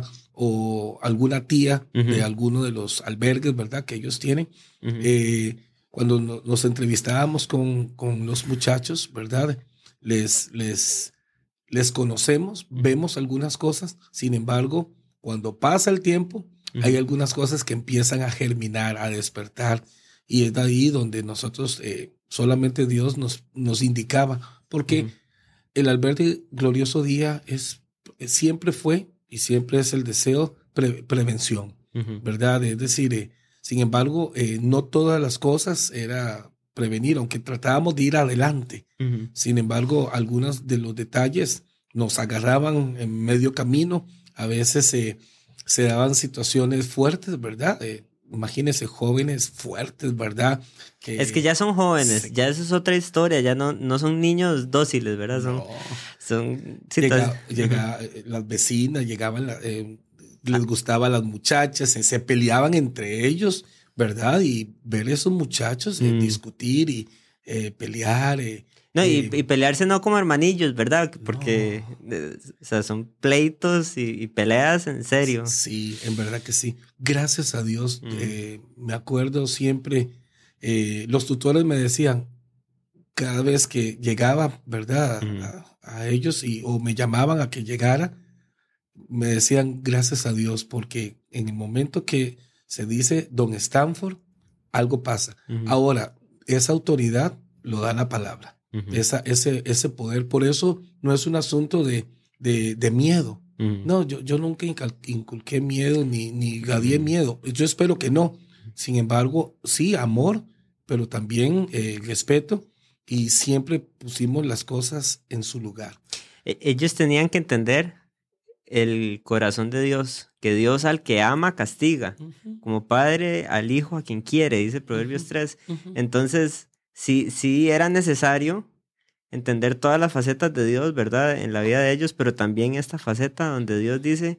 o alguna tía uh-huh. de alguno de los albergues, ¿verdad?, que ellos tienen. Uh-huh. Eh, cuando no, nos entrevistábamos con, con los muchachos, ¿verdad? Les, les, les conocemos, uh-huh. vemos algunas cosas, sin embargo, cuando pasa el tiempo, uh-huh. hay algunas cosas que empiezan a germinar, a despertar, y es de ahí donde nosotros, eh, solamente Dios nos, nos indicaba, porque uh-huh. el albergue Glorioso Día es, siempre fue y siempre es el deseo pre, prevención, uh-huh. ¿verdad? Es decir, eh, sin embargo, eh, no todas las cosas era prevenir, aunque tratábamos de ir adelante. Uh-huh. Sin embargo, algunos de los detalles nos agarraban en medio camino. A veces eh, se daban situaciones fuertes, ¿verdad? Eh, imagínense, jóvenes fuertes, ¿verdad? Que es que ya son jóvenes, se... ya eso es otra historia, ya no, no son niños dóciles, ¿verdad? Son, no. son llega, llega, las vecinas llegaban, eh, les gustaban las muchachas, se, se peleaban entre ellos, ¿verdad? Y ver a esos muchachos eh, mm. discutir y eh, pelear, eh, No, y, y pelearse no como hermanillos, ¿verdad? Porque no. eh, o sea, son pleitos y, y peleas en serio. Sí, en verdad que sí. Gracias a Dios, mm. eh, me acuerdo siempre, eh, los tutores me decían, cada vez que llegaba, ¿verdad? Mm. A, a ellos y, o me llamaban a que llegara, me decían gracias a Dios, porque en el momento que se dice Don Stanford, algo pasa. Mm. Ahora, esa autoridad lo da la palabra. Uh-huh. Esa, ese, ese poder. Por eso no es un asunto de, de, de miedo. Uh-huh. No, yo, yo nunca inculqué miedo ni, ni gadié uh-huh. miedo. Yo espero que no. Sin embargo, sí, amor, pero también eh, respeto, y siempre pusimos las cosas en su lugar. Ellos tenían que entender el corazón de Dios, que Dios al que ama castiga, Ujú. como padre al hijo a quien quiere, dice Proverbios Ujú. tres. Ujú. Entonces, sí, sí era necesario entender todas las facetas de Dios, ¿verdad? En la vida de ellos, pero también esta faceta donde Dios dice,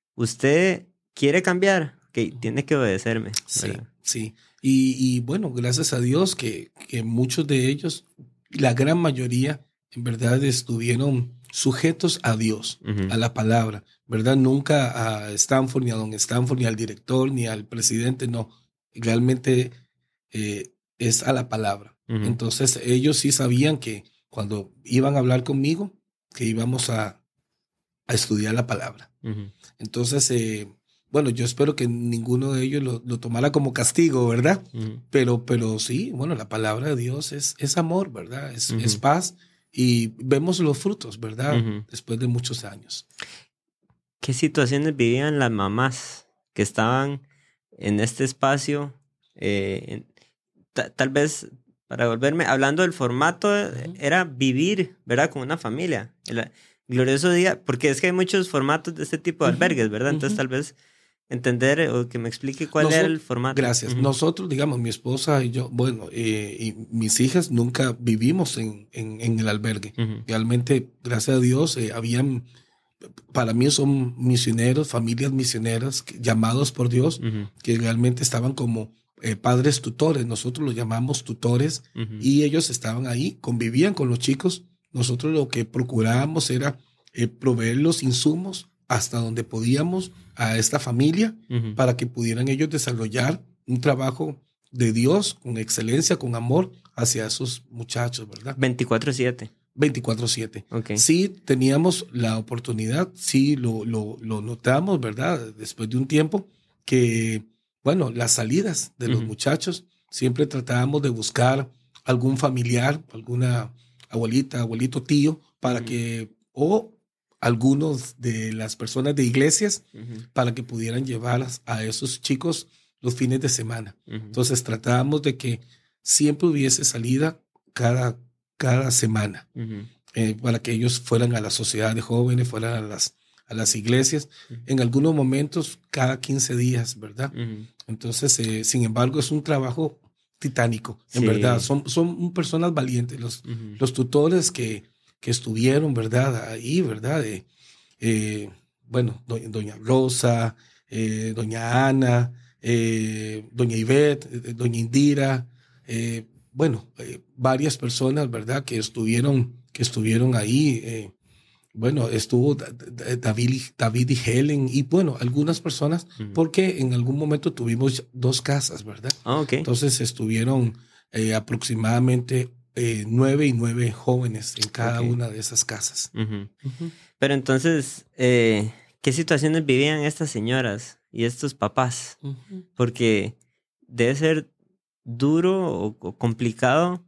usted quiere cambiar, que Ujú. tiene que obedecerme, Sí, ¿verdad? sí. Y, y bueno, gracias a Dios que, que muchos de ellos, la gran mayoría, en verdad estuvieron sujetos a Dios, Ujú, a la palabra, ¿verdad? Nunca a Stanford, ni a don Stanford, ni al director, ni al presidente, no. Realmente eh, es a la palabra. ujú, Entonces ellos sí sabían que cuando iban a hablar conmigo, que íbamos a, a estudiar la palabra. ujú, Entonces, eh, bueno, yo espero que ninguno de ellos lo, lo tomara como castigo, ¿verdad? ujú, Pero, pero sí, bueno, la palabra de Dios es, es amor, ¿verdad? Es, es ujú, paz y vemos los frutos, ¿verdad? ujú. Después de muchos años. ¿Qué situaciones vivían las mamás que estaban en este espacio? Eh, en- ta- tal vez, para volverme, hablando del formato, eh, Ujú, era vivir, ¿verdad? Con una familia. El glorioso día, porque es que hay muchos formatos de este tipo de ujú, albergues, ¿verdad? Entonces ujú. tal vez entender eh, o que me explique cuál era el Nosotros, formato. gracias. Ujú, Nosotros, digamos, mi esposa y yo, bueno, eh, y mis hijas nunca vivimos en, en, en el albergue. ujú, Realmente, gracias a Dios, eh, habían, para mí son misioneros, familias misioneras que- llamados por Dios, ujú, que realmente estaban como eh, padres tutores. Nosotros los llamamos tutores ujú, y ellos estaban ahí, convivían con los chicos. Nosotros lo que procurábamos era eh, proveer los insumos hasta donde podíamos a esta familia ujú. para que pudieran ellos desarrollar un trabajo de Dios con excelencia, con amor hacia esos muchachos, ¿verdad? veinticuatro siete. veinticuatro siete. Ok. Sí teníamos la oportunidad, sí lo, lo, lo notamos, ¿verdad? Después de un tiempo que, bueno, las salidas de los Ujú, muchachos, siempre tratábamos de buscar algún familiar, alguna abuelita, abuelito, tío, para ujú, que, o algunos de las personas de iglesias, ujú, para que pudieran llevar a a esos chicos los fines de semana. ujú, Entonces tratábamos de que siempre hubiese salida cada, cada semana ujú, eh, para que ellos fueran a la sociedad de jóvenes, fueran a las, a las iglesias, ujú, en algunos momentos cada quince días, ¿verdad? ujú. Entonces, eh, sin embargo, es un trabajo titánico, en verdad, Sí. son, son personas valientes, los, Ujú, los tutores que, que estuvieron, ¿verdad? Ahí, ¿verdad? Eh, eh, bueno, do- doña Rosa, eh, doña Ana, eh, doña Ivette, eh, doña Indira, eh, bueno, eh, varias personas, ¿verdad? Que estuvieron, que estuvieron ahí. eh, bueno, estuvo Da- Da- David, y- David y Helen y bueno, algunas personas, ujú. porque en algún momento tuvimos dos casas, ¿verdad? Ah, ok. Entonces estuvieron eh, aproximadamente eh, nueve y nueve jóvenes en cada Ok. una de esas casas. Ujú. Ujú, Pero entonces, eh, ¿qué situaciones vivían estas señoras y estos papás? ujú, Porque debe ser duro o, o complicado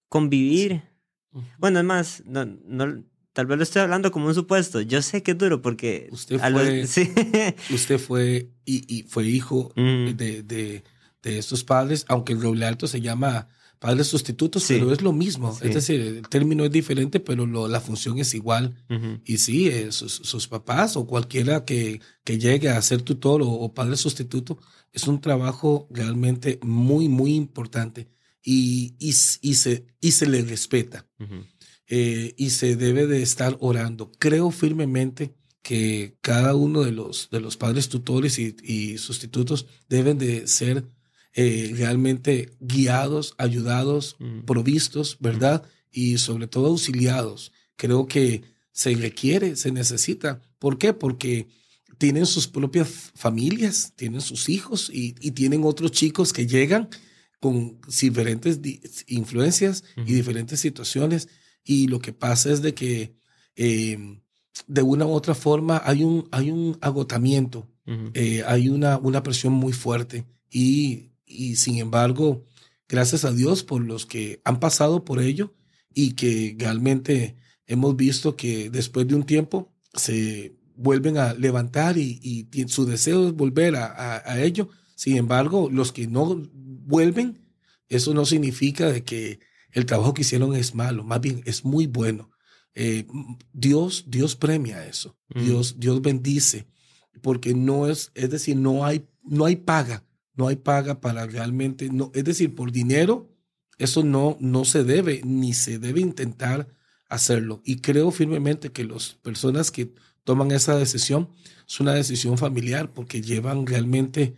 sí, convivir. ujú. Bueno, es más, no, no, tal vez lo estoy hablando como un supuesto. Yo sé que es duro porque Usted a los... fue, Sí. usted fue y, y fue hijo Ujú, de, de, de estos padres, aunque en Roble Alto se llama padres sustitutos, pero sí, es lo mismo. Es sí. decir, el término es diferente, pero lo, la función es igual. Ujú, Y sí, eh, sus, sus papás o cualquiera que, que llegue a ser tutor o, o padre sustituto, es un trabajo realmente muy, muy importante y, y, s- y, se, y se le respeta ujú, eh, y se debe de estar orando. Creo firmemente que cada uno de los, de los padres tutores y, y sustitutos deben de ser eh, realmente guiados, ayudados, ujú, provistos, ujú, ¿verdad? Y sobre todo auxiliados. Creo que se requiere, se necesita. ¿Por qué? Porque tienen sus propias familias, tienen sus hijos y, y tienen otros chicos que llegan con diferentes di- influencias y ujú, diferentes situaciones y lo que pasa es de que eh, de una u otra forma hay un, hay un agotamiento, ujú. eh, hay una, una presión muy fuerte y, y sin embargo, gracias a Dios por los que han pasado por ello y que realmente hemos visto que después de un tiempo se vuelven a levantar y, y tien- su deseo es volver a, a, a ello. Sin embargo, los que no vuelven, eso no significa de que el trabajo que hicieron es malo, más bien es muy bueno. eh, Dios, Dios premia eso. Mm. Dios, Dios bendice, porque no es, es decir, no hay, no hay paga, no hay paga para realmente, no, es decir, por dinero, eso no, no se debe, ni se debe intentar hacerlo. Y creo firmemente que las personas que toman esa decisión es una decisión familiar, porque llevan realmente,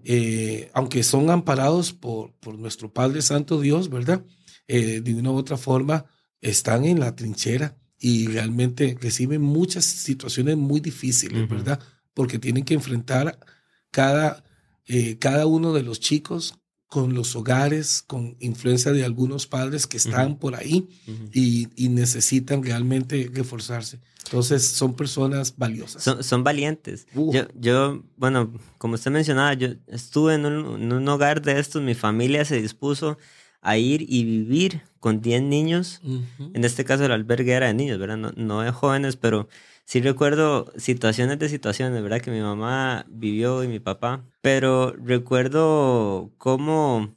eh, aunque son amparados por, por nuestro Padre Santo Dios, ¿verdad? Eh, de una u otra forma están en la trinchera y realmente reciben muchas situaciones muy difíciles, uh-huh. ¿verdad? Porque tienen que enfrentar cada, eh, cada uno de los chicos con los hogares, con influencia de algunos padres que están uh-huh. por ahí uh-huh. y, y necesitan realmente reforzarse. Entonces son personas valiosas. Son, son valientes. Uh. Yo, yo, bueno, como usted mencionaba, yo estuve en un, en un hogar de estos, mi familia se dispuso a ir y vivir con diez niños. Uh-huh. En este caso el albergue era de niños, ¿verdad? No, no de jóvenes, pero sí recuerdo situaciones de situaciones, ¿verdad? Que mi mamá vivió y mi papá. Pero recuerdo cómo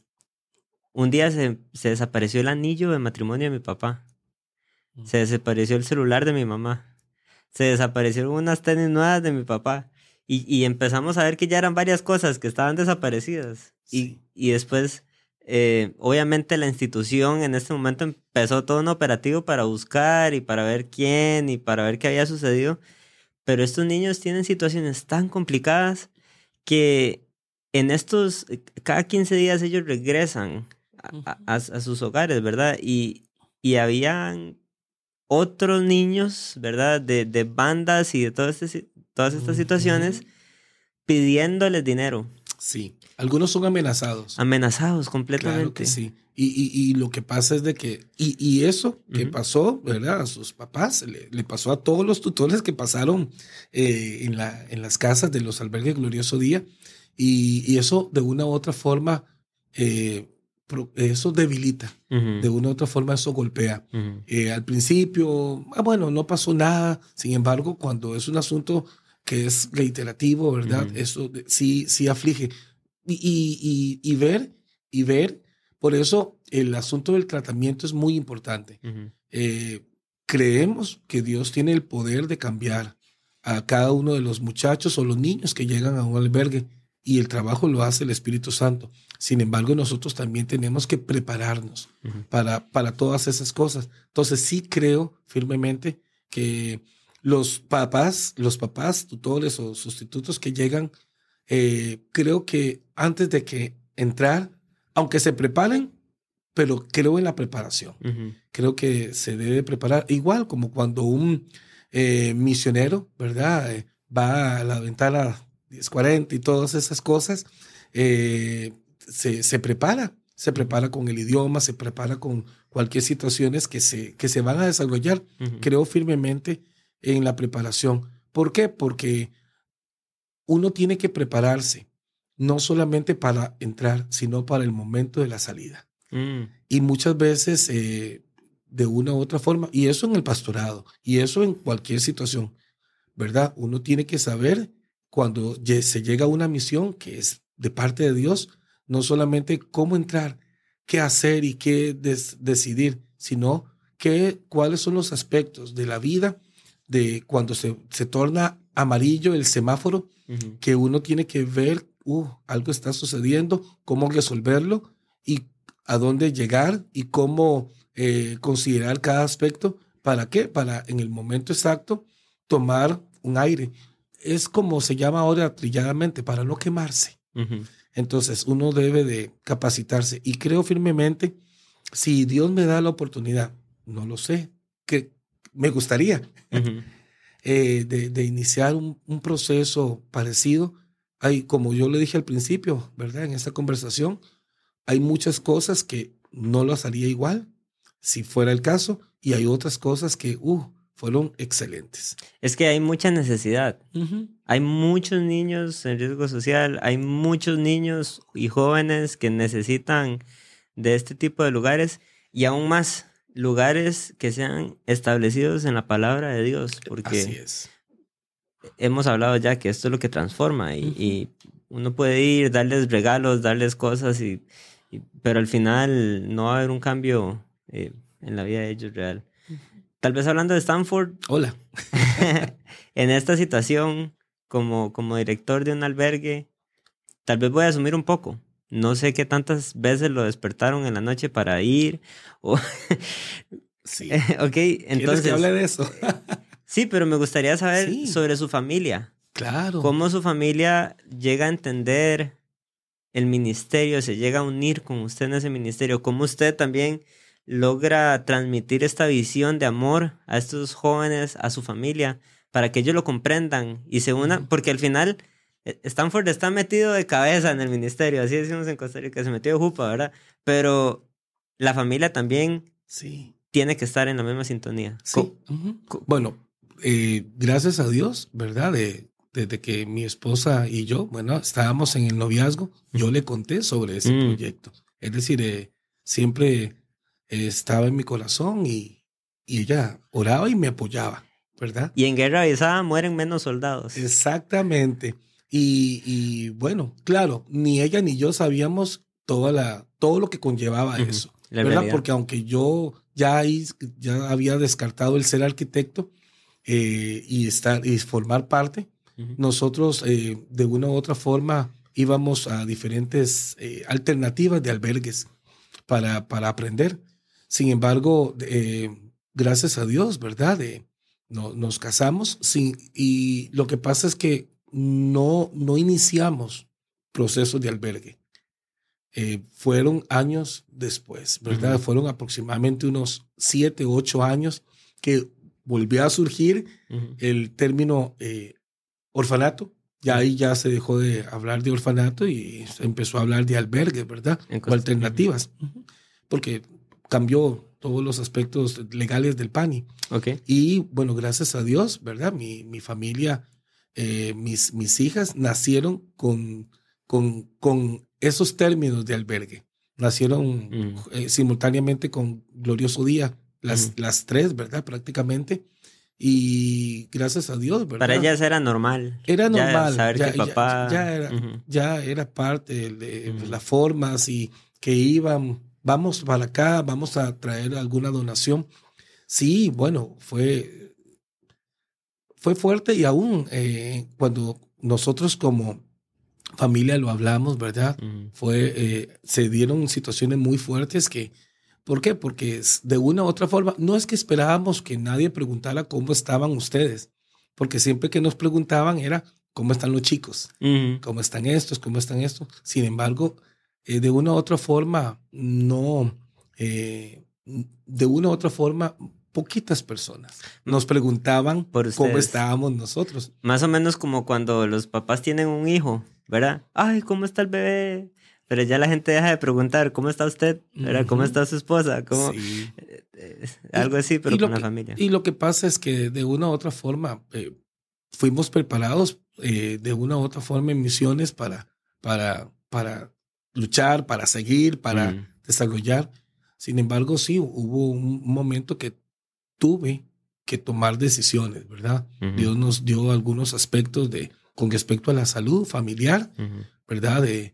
un día se, se desapareció el anillo de matrimonio de mi papá. Uh-huh. Se desapareció el celular de mi mamá. Se desaparecieron unas tenis nuevas de mi papá. Y, y empezamos a ver que ya eran varias cosas que estaban desaparecidas. Sí. Y, y después... Eh, obviamente la institución en este momento empezó todo un operativo para buscar y para ver quién y para ver qué había sucedido, pero estos niños tienen situaciones tan complicadas que en estos, cada quince días ellos regresan a, a, a sus hogares, ¿verdad? Y, y habían otros niños, ¿verdad? De, de bandas y de todo este, todas estas situaciones pidiéndoles dinero. Sí, algunos son amenazados. Amenazados completamente. Claro que sí. Y, y, y lo que pasa es de que, y, y eso que uh-huh. pasó, ¿verdad? A sus papás, le, le pasó a todos los tutores que pasaron eh, en, la, en las casas de los albergues Glorioso Día. Y, y eso de una u otra forma, eh, pro, eso debilita. Uh-huh. De una u otra forma eso golpea. Uh-huh. Eh, al principio, ah, bueno, no pasó nada. Sin embargo, cuando es un asunto que es reiterativo, ¿verdad? Uh-huh. Eso sí, sí aflige. Y, y, y, y ver, y ver, por eso el asunto del tratamiento es muy importante. Uh-huh. Eh, creemos que Dios tiene el poder de cambiar a cada uno de los muchachos o los niños que llegan a un albergue, y el trabajo lo hace el Espíritu Santo. Sin embargo, nosotros también tenemos que prepararnos uh-huh. para, para todas esas cosas. Entonces sí creo firmemente que Los papás, los papás, tutores o sustitutos que llegan, eh, creo que antes de que entrar, aunque se preparen, pero creo en la preparación. Uh-huh. Creo que se debe preparar. Igual como cuando un eh, misionero, ¿verdad? Eh, va a la ventana diez cuarenta y todas esas cosas, eh, se, se prepara. Se prepara con el idioma, se prepara con cualquier situaciones que se, que se van a desarrollar. Uh-huh. Creo firmemente en la preparación. ¿Por qué? Porque uno tiene que prepararse, no solamente para entrar, sino para el momento de la salida. Mm. Y muchas veces, eh, de una u otra forma, y eso en el pastorado, y eso en cualquier situación, ¿verdad? Uno tiene que saber cuando se llega a una misión que es de parte de Dios, no solamente cómo entrar, qué hacer y qué des- decidir, sino qué, cuáles son los aspectos de la vida de cuando se, se torna amarillo el semáforo, uh-huh. que uno tiene que ver, uh, algo está sucediendo, cómo resolverlo y a dónde llegar y cómo eh, considerar cada aspecto. ¿Para qué? Para en el momento exacto tomar un aire. Es como se llama ahora trilladamente, para no quemarse. Uh-huh. Entonces uno debe de capacitarse y creo firmemente, si Dios me da la oportunidad, no lo sé, que me gustaría uh-huh. eh, de, de iniciar un, un proceso parecido. Hay, como yo le dije al principio, ¿verdad? En esta conversación, hay muchas cosas que no las haría igual si fuera el caso, y hay otras cosas que uh, fueron excelentes. Es que hay mucha necesidad. Uh-huh. Hay muchos niños en riesgo social, hay muchos niños y jóvenes que necesitan de este tipo de lugares, y aún más lugares que sean establecidos en la palabra de Dios, porque así es. Hemos hablado ya que esto es lo que transforma y, uh-huh. y uno puede ir, darles regalos, darles cosas, y, y, pero al final no va a haber un cambio eh, en la vida de ellos real. Uh-huh. tal vez hablando de Stanford. Hola. En esta situación, como, como director de un albergue, tal vez voy a asumir un poco. No sé qué tantas veces lo despertaron en la noche para ir. O... Sí. Ok, entonces... ¿Quieres que hable de eso? Sí, pero me gustaría saber Sí. sobre su familia. Claro. Cómo su familia llega a entender el ministerio, se llega a unir con usted en ese ministerio. Cómo usted también logra transmitir esta visión de amor a estos jóvenes, a su familia, para que ellos lo comprendan y se unan. Uh-huh. Porque al final, Stanford está metido de cabeza en el ministerio, así decimos en Costa Rica, se metió de jupa, ¿verdad? Pero la familia también sí. tiene que estar en la misma sintonía. Sí. Uh-huh. Bueno, eh, gracias a Dios, ¿verdad? De, desde que mi esposa y yo, bueno, estábamos en el noviazgo, yo le conté sobre ese mm. proyecto. Es decir, eh, siempre eh, estaba en mi corazón y, y ella oraba y me apoyaba, ¿verdad? Y en guerra avisada mueren menos soldados. Exactamente. Y, y bueno, claro, ni ella ni yo sabíamos toda la, todo lo que conllevaba uh-huh. eso, la ¿verdad? Realidad. Porque aunque yo ya, ahí, ya había descartado el ser arquitecto eh, y, estar, y formar parte, uh-huh. nosotros eh, de una u otra forma íbamos a diferentes eh, alternativas de albergues para, para aprender. Sin embargo, eh, gracias a Dios, ¿verdad? Eh, no, nos casamos sin, y lo que pasa es que no, no iniciamos procesos de albergue. Eh, fueron años después, ¿verdad? Uh-huh. Fueron aproximadamente unos siete, ocho años que volvió a surgir uh-huh. el término eh, orfanato. Ya ahí ya se dejó de hablar de orfanato y se empezó a hablar de albergue, ¿verdad? O alternativas. Uh-huh. Porque cambió todos los aspectos legales del P A N I. Okay. Y bueno, gracias a Dios, ¿verdad? Mi, mi familia, eh, mis, mis hijas nacieron con, con, con esos términos de albergue. Nacieron mm. eh, simultáneamente con Glorioso Día, las, mm. las tres, ¿verdad? Prácticamente. Y gracias a Dios, ¿verdad? Para ellas era normal. Era normal. Ya saber ya, que papá... Ya, ya, era, uh-huh. ya era parte de uh-huh. las formas y que iban, vamos para acá, vamos a traer alguna donación. Sí, bueno, fue, fue fuerte y aún eh, cuando nosotros como familia lo hablamos, ¿verdad? Uh-huh. Fue, eh, se dieron situaciones muy fuertes que, ¿por qué? Porque de una u otra forma, no es que esperábamos que nadie preguntara cómo estaban ustedes, porque siempre que nos preguntaban era cómo están los chicos, uh-huh. cómo están estos, cómo están estos. Sin embargo, eh, de una u otra forma, no, eh, de una u otra forma, poquitas personas nos preguntaban cómo estábamos nosotros. Más o menos como cuando los papás tienen un hijo, ¿verdad? Ay, ¿cómo está el bebé? Pero ya la gente deja de preguntar, ¿cómo está usted? ¿Verdad? ¿Cómo está su esposa? ¿Cómo? Sí. Eh, algo así, pero con que, la familia. Y lo que pasa es que de una u otra forma eh, fuimos preparados eh, de una u otra forma en misiones para, para, para luchar, para seguir, para mm. desarrollar. Sin embargo, sí, hubo un momento que tuve que tomar decisiones, ¿verdad? Uh-huh. Dios nos dio algunos aspectos de, con respecto a la salud familiar, uh-huh. ¿verdad? De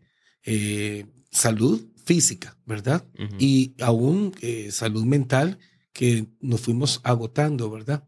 eh, salud física, ¿verdad? Uh-huh. Y aún eh, salud mental que nos fuimos agotando, ¿verdad?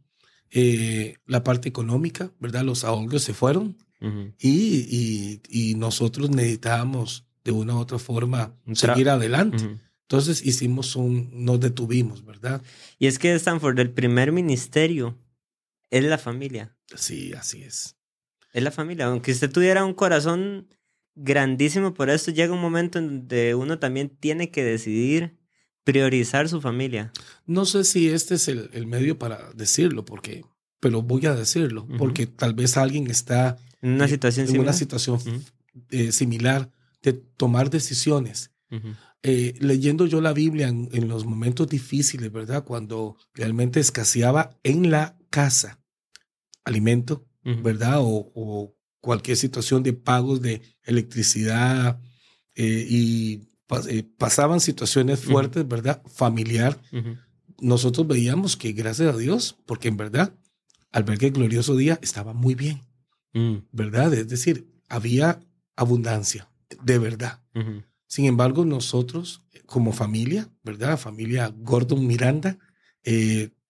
Eh, la parte económica, ¿verdad? Los ahorros se fueron uh-huh. y, y, y nosotros necesitábamos de una u otra forma Tra- seguir adelante. Uh-huh. Entonces hicimos un, nos detuvimos, ¿verdad? Y es que Stanford, el primer ministerio es la familia. Sí, así es. Es la familia. Aunque usted tuviera un corazón grandísimo por esto, llega un momento en donde uno también tiene que decidir priorizar su familia. No sé si este es el, el medio para decirlo, porque, pero voy a decirlo, uh-huh. porque tal vez alguien está en una eh, situación en similar, una situación uh-huh. eh, similar de tomar decisiones. Uh-huh. Eh, leyendo yo la Biblia en, en los momentos difíciles, ¿verdad? Cuando realmente escaseaba en la casa alimento, uh-huh. ¿verdad? O, o cualquier situación de pagos de electricidad eh, y pas, eh, pasaban situaciones fuertes, uh-huh. ¿verdad? Familiar. Uh-huh. Nosotros veíamos que gracias a Dios, porque en verdad, Albergue Glorioso Día estaba muy bien, uh-huh. ¿verdad? Es decir, había abundancia, de verdad. Uh-huh. Sin embargo, nosotros como familia, ¿verdad? Familia Gordon Miranda, eh,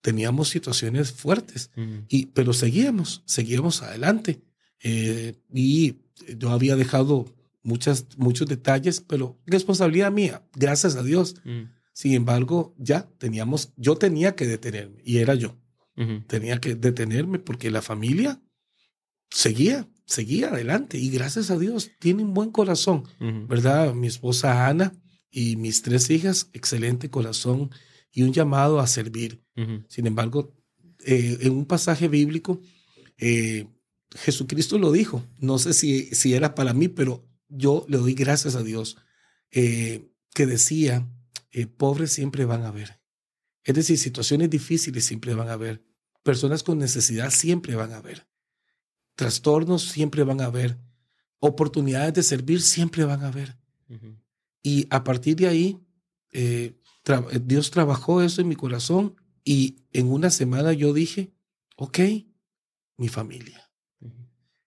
teníamos situaciones fuertes, Ujú. y, pero seguíamos, seguíamos adelante. Eh, y yo había dejado muchas, muchos detalles, pero responsabilidad mía, gracias a Dios. Ujú. Sin embargo, ya teníamos, yo tenía que detenerme, y era yo. Ujú. Tenía que detenerme porque la familia seguía, seguía adelante, y gracias a Dios tiene un buen corazón, Ujú. ¿verdad? Mi esposa Ana y mis tres hijas, excelente corazón y un llamado a servir. Ujú. Sin embargo, eh, en un pasaje bíblico, eh, Jesucristo lo dijo. No sé si, si era para mí, pero yo le doy gracias a Dios, eh, que decía, eh, pobres siempre van a haber. Es decir, situaciones difíciles siempre van a haber. Personas con necesidad siempre van a haber. Trastornos siempre van a haber. Oportunidades de servir siempre van a haber. Ujú. Y a partir de ahí, eh, tra- Dios trabajó eso en mi corazón, y en una semana yo dije, ok, mi familia. Ujú.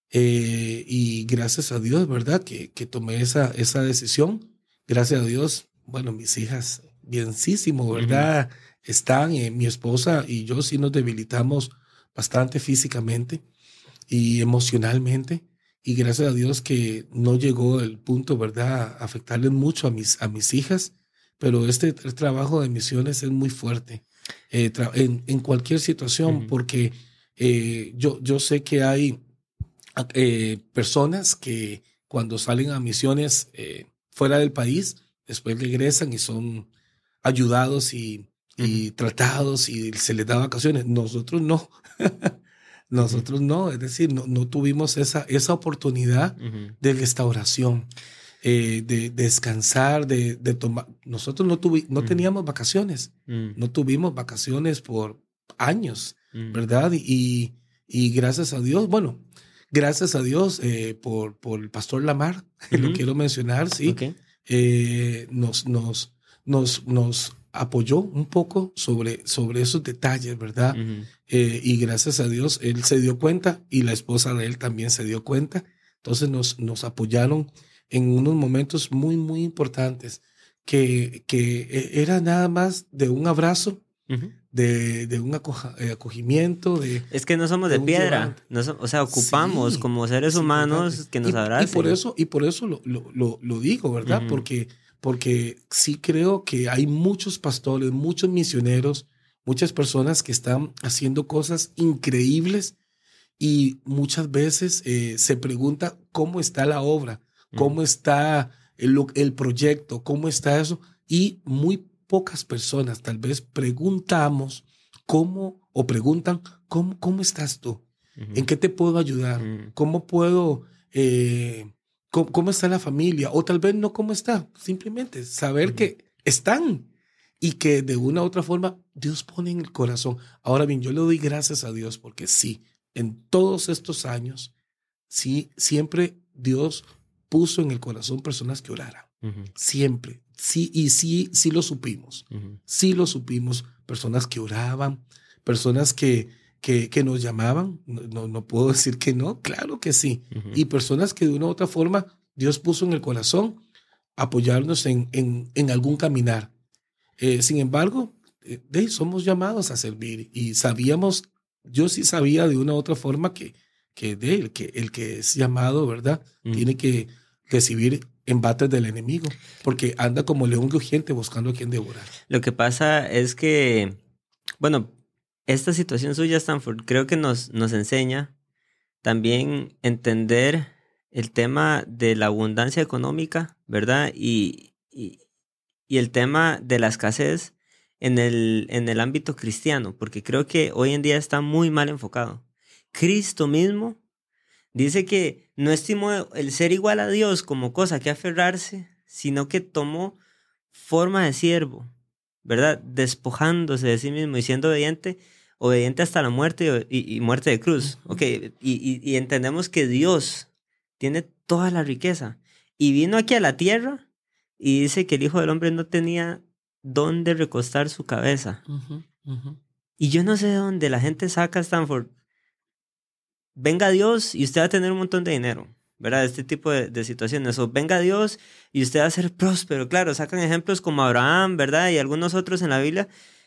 Eh, y gracias a Dios, ¿verdad? Que, que tomé esa, esa decisión. Gracias a Dios, bueno, mis hijas, bienísimo, ¿verdad? Están, eh, mi esposa y yo sí nos debilitamos bastante físicamente y emocionalmente. Y gracias a Dios que no llegó el punto, ¿verdad?, a afectarles mucho a mis, a mis hijas. Pero este el trabajo de misiones es muy fuerte, eh, tra- en, en cualquier situación, Ujú. porque eh, yo, yo sé que hay eh, personas que cuando salen a misiones eh, fuera del país, después regresan y son ayudados y, Ujú. y tratados y se les da vacaciones. Nosotros no. Ujú. Nosotros no, es decir, no, no tuvimos esa, esa oportunidad Ujú. de restauración, eh, de, de descansar, de, de tomar. Nosotros no, tuvi, no Ujú. teníamos vacaciones, Ujú. no tuvimos vacaciones por años, Ujú. ¿verdad? Y, y gracias a Dios, bueno, gracias a Dios eh, por, por el pastor Lamar, lo Ujú. quiero mencionar, sí, Ok. eh, nos, nos, nos, nos apoyó un poco sobre, sobre esos detalles, ¿verdad? Ujú. Eh, y gracias a Dios, él se dio cuenta y la esposa de él también se dio cuenta. Entonces nos, nos apoyaron en unos momentos muy, muy importantes, que, que eh, era nada más de un abrazo, Ujú. de, de un acoja- eh, acogimiento, de, Es que no somos de de un piedra, llevante. no so- o sea, ocupamos Sí, como seres es importante. humanos que nos Y, y por abracen. eso, y por eso lo, lo, lo, lo digo, ¿verdad? Ujú. Porque, porque sí creo que hay muchos pastores, muchos misioneros, muchas personas que están haciendo cosas increíbles, y muchas veces eh, se pregunta cómo está la obra, Ujú. cómo está el, lo- el proyecto, cómo está eso. Y muy pocas personas tal vez preguntamos cómo, o preguntan cómo, cómo estás tú, en Ujú. qué te puedo ayudar, Ujú. cómo puedo, eh, cómo, cómo está la familia, o tal vez no cómo está, simplemente saber Ujú. que están y que de una u otra forma Dios pone en el corazón. Ahora bien, yo le doy gracias a Dios porque sí, en todos estos años, sí, siempre Dios puso en el corazón personas que oraran. Ujú. Siempre. Sí, y sí, sí lo supimos. Ujú. Sí lo supimos. Personas que oraban, personas que, que, que nos llamaban. No, no, no puedo decir que no, claro que sí. Ujú. Y personas que de una u otra forma Dios puso en el corazón apoyarnos en, en, en algún caminar. Eh, sin embargo, eh, de, somos llamados a servir, y sabíamos, yo sí sabía de una u otra forma que, que, de, el, que el que es llamado, ¿verdad? Ujú. Tiene que recibir embates del enemigo, porque anda como león rugiente buscando a quien devorar. Lo que pasa es que, bueno, esta situación suya, Stanford, creo que nos, nos enseña también entender el tema de la abundancia económica, ¿verdad? Y, y, y el tema de la escasez en el, en el ámbito cristiano, porque creo que hoy en día está muy mal enfocado. Cristo mismo dice que no estimó el ser igual a Dios como cosa que aferrarse, sino que tomó forma de siervo, ¿verdad? Despojándose de sí mismo y siendo obediente, obediente hasta la muerte y, y- y muerte de cruz. Ujú. Ok, y, y- y entendemos que Dios tiene toda la riqueza y vino aquí a la tierra y dice que el Hijo del Hombre no tenía dónde recostar su cabeza. Ujú, ujú. Y yo no sé de dónde la gente saca, Stanford, venga Dios y usted va a tener un montón de dinero, ¿verdad? Este tipo de, de situaciones. O venga Dios y usted va a ser próspero. Claro, sacan ejemplos como Abraham, ¿verdad? Y algunos otros en la Biblia.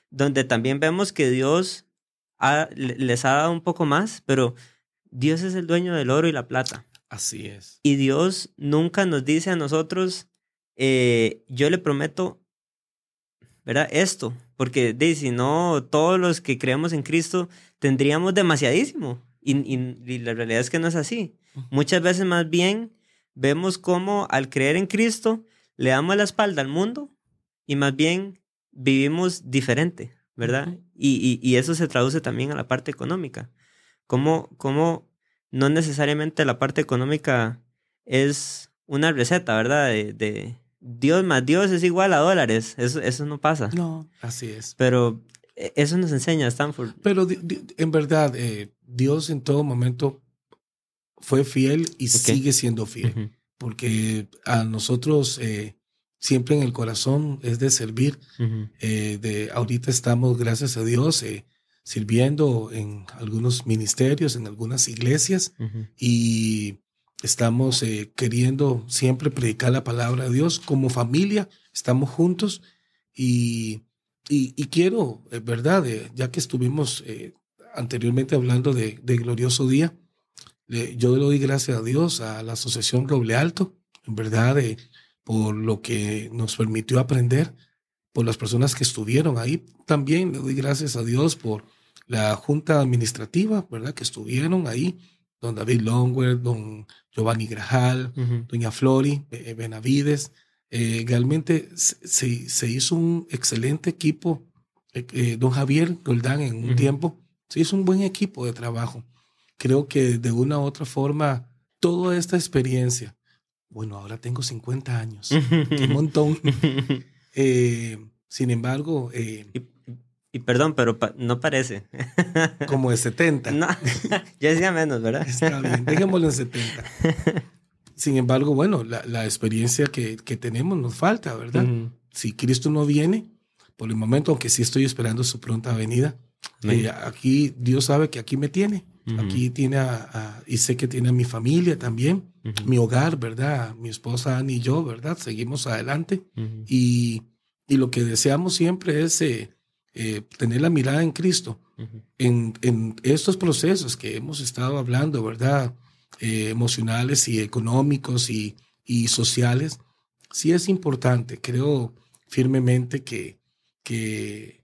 donde también vemos que Dios ha, les ha dado un poco más, pero Dios es el dueño del oro y la plata. Así es. Y Dios nunca nos dice a nosotros, eh, yo le prometo, ¿verdad? Esto, porque de, si no, todos los que creemos en Cristo tendríamos demasiadísimo. Y, y, y la realidad es que no es así. Uh-huh. Muchas veces más bien vemos cómo al creer en Cristo le damos la espalda al mundo y más bien vivimos diferente, ¿verdad? Uh-huh. Y, y, y eso se traduce también a la parte económica. Cómo, cómo no necesariamente la parte económica es una receta, ¿verdad? De, de Dios más Dios es igual a dólares. Eso, eso no pasa. No, así es. Pero eso nos enseña Stanford. Pero di, di, en verdad, eh, Dios en todo momento fue fiel y okay. sigue siendo fiel. Uh-huh. Porque a nosotros eh, siempre en el corazón es de servir. Uh-huh. Eh, de, ahorita estamos, gracias a Dios, eh, sirviendo en algunos ministerios, en algunas iglesias, uh-huh. y estamos eh, queriendo siempre predicar la palabra de Dios como familia. Estamos juntos y, y, y quiero, eh, verdad, eh, ya que estuvimos eh, anteriormente hablando de, de Glorioso Día, le, yo le doy gracias a Dios, a la Asociación Roble Alto, en verdad, eh, por lo que nos permitió aprender, por las personas que estuvieron ahí. También le doy gracias a Dios por la junta administrativa, ¿verdad? Que estuvieron ahí, don David Longwell, don Giovanni Grajal, uh-huh. doña Flori eh, Benavides. Eh, realmente se, se hizo un excelente equipo. Eh, eh, don Javier Goldán en un uh-huh. tiempo, se hizo un buen equipo de trabajo. Creo que de una u otra forma, toda esta experiencia, bueno, ahora tengo cincuenta años, un montón. Eh, sin embargo... Eh, y, y perdón, pero pa- no parece. Como de setenta. No, yo decía menos, ¿verdad? Está bien, dejémoslo en setenta. Sin embargo, bueno, la, la experiencia que, que tenemos nos falta, ¿verdad? Uh-huh. Si Cristo no viene, por el momento, aunque sí estoy esperando su pronta venida, eh, aquí Dios sabe que aquí me tiene. Uh-huh. Aquí tiene a, a, y sé que tiene a mi familia también, uh-huh. mi hogar, ¿verdad? Mi esposa Annie y yo, ¿verdad? Seguimos adelante. Uh-huh. Y, y lo que deseamos siempre es eh, eh, tener la mirada en Cristo. Uh-huh. En, en estos procesos que hemos estado hablando, ¿verdad? Eh, emocionales y económicos y, y sociales, sí es importante. Creo firmemente que, que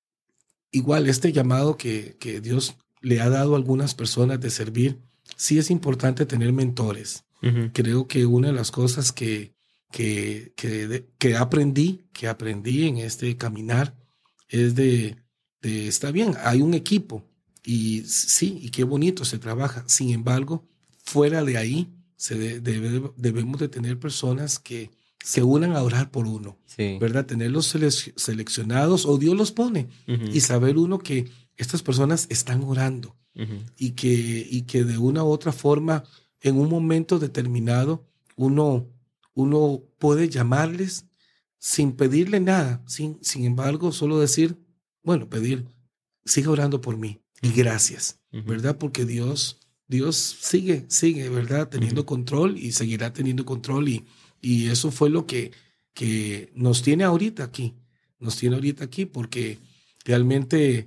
igual este llamado que, que Dios le ha dado a algunas personas de servir, sí es importante tener mentores. Uh-huh. Creo que una de las cosas que, que, que, de, que aprendí, que aprendí en este caminar es de, de, está bien, hay un equipo y sí, y qué bonito se trabaja. Sin embargo, fuera de ahí, se de, debe, debemos de tener personas que se unan a orar por uno, sí. ¿verdad? Tenerlos selec- seleccionados o Dios los pone uh-huh. y saber uno que estas personas están orando uh-huh. y, que, y que de una u otra forma, en un momento determinado, uno, uno puede llamarles sin pedirle nada, sin, sin embargo, solo decir, bueno, pedir, siga orando por mí y gracias, uh-huh. ¿verdad? Porque Dios, Dios sigue, sigue, ¿verdad? Teniendo uh-huh. control y seguirá teniendo control y, y eso fue lo que, que nos tiene ahorita aquí, nos tiene ahorita aquí porque realmente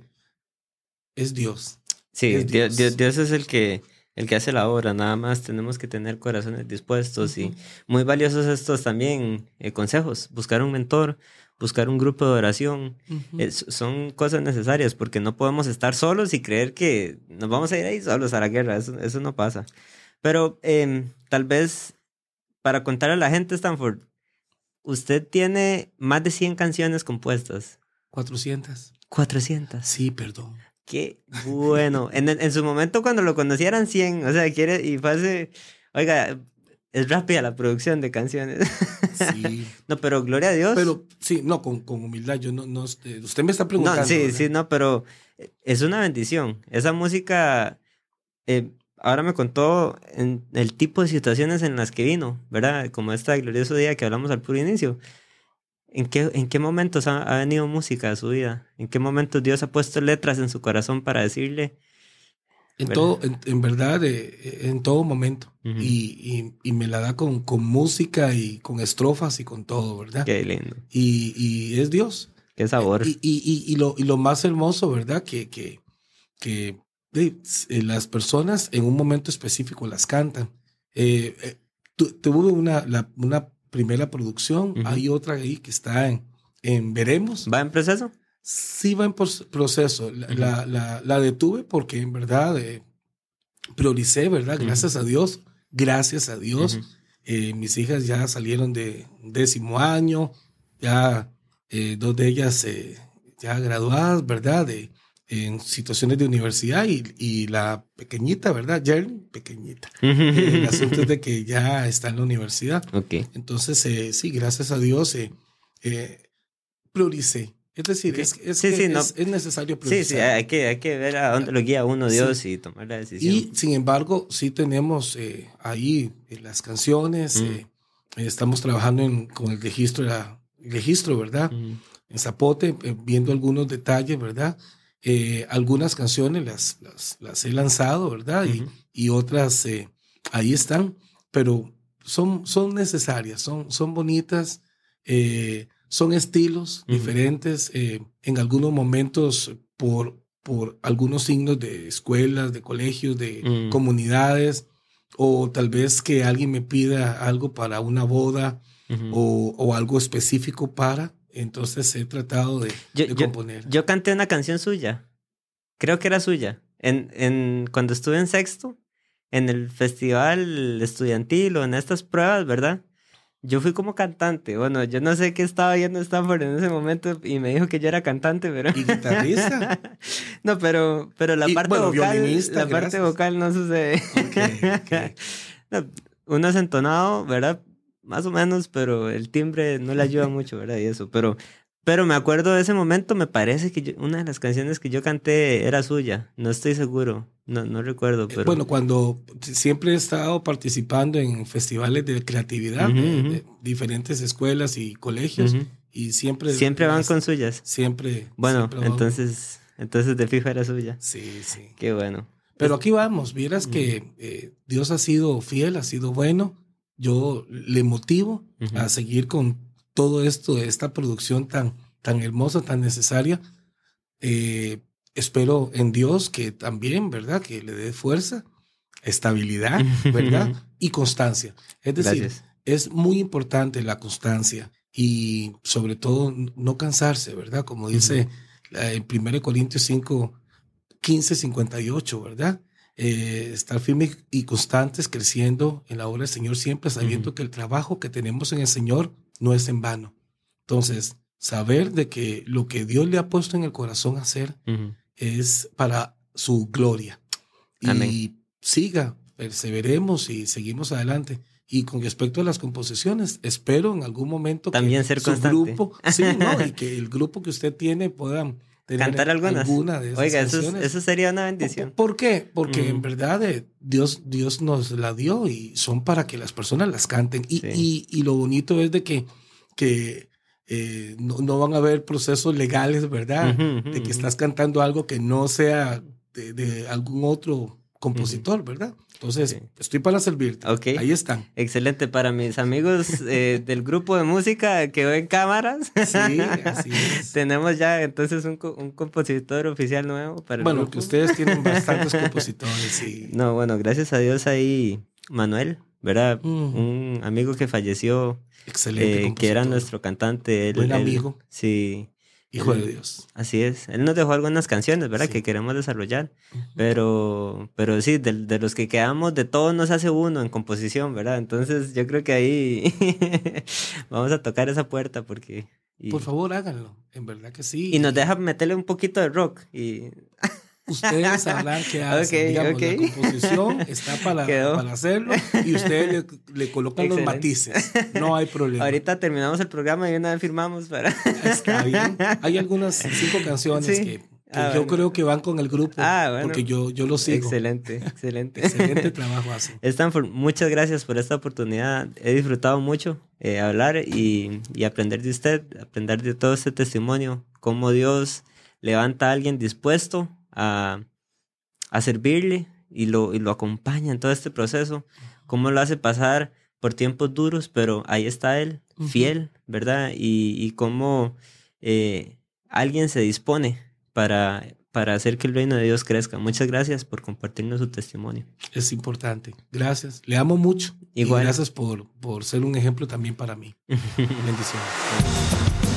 es Dios. Sí, es Dios. Dios, Dios es el que, el que hace la obra, nada más tenemos que tener corazones dispuestos uh-huh. y muy valiosos estos también eh, consejos, buscar un mentor, buscar un grupo de oración, uh-huh. eh, son cosas necesarias porque no podemos estar solos y creer que nos vamos a ir ahí solos a la guerra, eso, eso no pasa. Pero eh, tal vez para contarle a la gente, Stanford, usted tiene más de cien canciones compuestas. cuatrocientas. cuatrocientas. Sí, perdón. Qué bueno. En, en su momento cuando lo conocí eran cien. O sea, quiere y fue hace... Oiga, es rápida la producción de canciones. Sí. No, pero gloria a Dios. Pero sí, no, con, con humildad. Yo no, no, usted me está preguntando. No, sí, ¿verdad? sí, no, pero es una bendición. Esa música... Eh, ahora me contó en el tipo de situaciones en las que vino, ¿verdad? Como este glorioso día que hablamos al puro inicio. ¿En qué, en qué momentos ha, ha venido música a su vida? ¿En qué momentos Dios ha puesto letras en su corazón para decirle? En todo, en, en verdad, eh, en todo momento. Uh-huh. Y, y, y me la da con, con música y con estrofas y con todo, ¿verdad? Qué lindo. Y, y es Dios. Qué qué sabor. Y, y, y, y, lo, y lo más hermoso, ¿verdad? Que, que, que eh, las personas en un momento específico las cantan. Eh, eh, tu, tuve una, la, una primera producción, uh-huh. Hay otra ahí que está en, en Veremos. ¿Va en proceso? Sí, va en proceso. La, uh-huh. la, la, la detuve porque en verdad eh, prioricé, ¿verdad? Gracias uh-huh. a Dios, gracias a Dios. Uh-huh. Eh, mis hijas ya salieron de décimo año, ya eh, dos de ellas eh, ya graduadas, ¿verdad? De, en situaciones de universidad y, y la pequeñita, ¿verdad? Jerry, pequeñita. Eh, el asunto es de que ya está en la universidad. Okay. Entonces, eh, sí, gracias a Dios, eh, eh, prioricé. Es decir, okay. es, es, sí, que sí, es, no. es necesario priorizar. Sí, sí, hay que, hay que ver a dónde lo guía uno Dios sí. y tomar la decisión. Y, sin embargo, sí tenemos eh, ahí eh, las canciones, mm. eh, estamos trabajando en, con el registro, la, el registro, ¿verdad? Mm. En Zapote, eh, viendo algunos detalles, ¿verdad? Eh, algunas canciones las, las, las he lanzado, ¿verdad? Uh-huh. Y, y otras eh, ahí están, pero son, son necesarias, son, son bonitas, eh, son estilos uh-huh. diferentes, eh, en algunos momentos por, por algunos signos de escuelas, de colegios, de uh-huh. comunidades, o tal vez que alguien me pida algo para una boda uh-huh. o, o algo específico para... Entonces he tratado de, yo, de yo, componer. Yo canté una canción suya. Creo que era suya. En, en, cuando estuve en sexto, en el festival estudiantil o en estas pruebas, ¿verdad? Yo fui como cantante. Bueno, yo no sé qué estaba viendo Stanford en ese momento y me dijo que yo era cantante, pero... ¿Y guitarrista? No, pero, pero la y, parte bueno, vocal... violinista, la parte gracias. vocal no sucede. Okay, okay. No, uno es entonado, ¿verdad? Más o menos, pero el timbre no le ayuda mucho, ¿verdad? Y eso, pero, pero me acuerdo de ese momento, me parece que yo, una de las canciones que yo canté era suya, no estoy seguro, no, no recuerdo, pero... Bueno, cuando siempre he estado participando en festivales de creatividad, uh-huh, de, de diferentes escuelas y colegios, uh-huh. y siempre... Siempre van las, con suyas. Siempre. Bueno, siempre entonces, entonces de fijo era suya. Sí, sí. Qué bueno. Pero aquí vamos, vieras uh-huh. que eh, Dios ha sido fiel, ha sido bueno. Yo le motivo uh-huh. a seguir con todo esto, esta producción tan, tan hermosa, tan necesaria. Eh, espero en Dios que también, ¿verdad? Que le dé fuerza, estabilidad, ¿verdad? Y constancia. Es decir, Gracias. Es muy importante la constancia y sobre todo no cansarse, ¿verdad? Como dice uh-huh. en primero Corintios cinco, quince, cincuenta y ocho, ¿verdad? Eh, estar firmes y constantes creciendo en la obra del Señor, siempre sabiendo uh-huh. que el trabajo que tenemos en el Señor no es en vano. Entonces, saber de que lo que Dios le ha puesto en el corazón hacer uh-huh. es para su gloria. Amén. Y siga, perseveremos y seguimos adelante. Y con respecto a las composiciones, espero en algún momento también que ser su constante. grupo, sí, ¿no? Y que el grupo que usted tiene puedan cantar algunas. Alguna de esas Oiga, eso, es, canciones. eso sería una bendición. ¿Por, por qué? Porque mm. en verdad eh, Dios, Dios nos la dio y son para que las personas las canten. Y, sí. y, y lo bonito es de que, que eh, no, no van a haber procesos legales, ¿verdad? Uh-huh, uh-huh, de que estás cantando algo que no sea de, de algún otro compositor, uh-huh. ¿verdad? Entonces, sí. estoy para servirte. Okay. Ahí están. Excelente. Para mis amigos eh, del grupo de música que ven cámaras. Sí, así es. Tenemos ya entonces un, un compositor oficial nuevo para el Bueno, grupo. que ustedes tienen bastantes compositores. Sí. No, bueno, gracias a Dios ahí, Manuel, ¿verdad? Mm. Un amigo que falleció. Excelente eh, que era nuestro cantante. Él, Buen él, amigo. Sí. Hijo él, de Dios. Así es. Él nos dejó algunas canciones, ¿verdad? Sí. Que queremos desarrollar. Uh-huh. Pero, pero sí, de, de los que quedamos, de todos nos hace uno en composición, ¿verdad? Entonces yo creo que ahí vamos a tocar esa puerta porque... Y... Por favor, háganlo. En verdad que sí. Y nos deja meterle un poquito de rock y... Ustedes sabrán qué hacen. Okay, Digamos, okay. La composición está para, para hacerlo y ustedes le, le colocan Excelente. Los matices. No hay problema. Ahorita terminamos el programa y una vez firmamos para... Está bien. Hay algunas cinco canciones sí. que, que ah, yo bueno. creo que van con el grupo. Ah, bueno. Porque yo, yo lo sigo. Excelente, excelente. Excelente trabajo hacen. Stanford, muchas gracias por esta oportunidad. He disfrutado mucho eh, hablar y, y aprender de usted, aprender de todo este testimonio, cómo Dios levanta a alguien dispuesto A, a servirle y lo, y lo acompaña en todo este proceso, cómo lo hace pasar por tiempos duros, pero ahí está él, fiel, ¿verdad? Y, y cómo eh, alguien se dispone para, para hacer que el reino de Dios crezca. Muchas gracias por compartirnos su testimonio. Es importante. Gracias. Le amo mucho. Igual. Y gracias por, por ser un ejemplo también para mí. Bendiciones.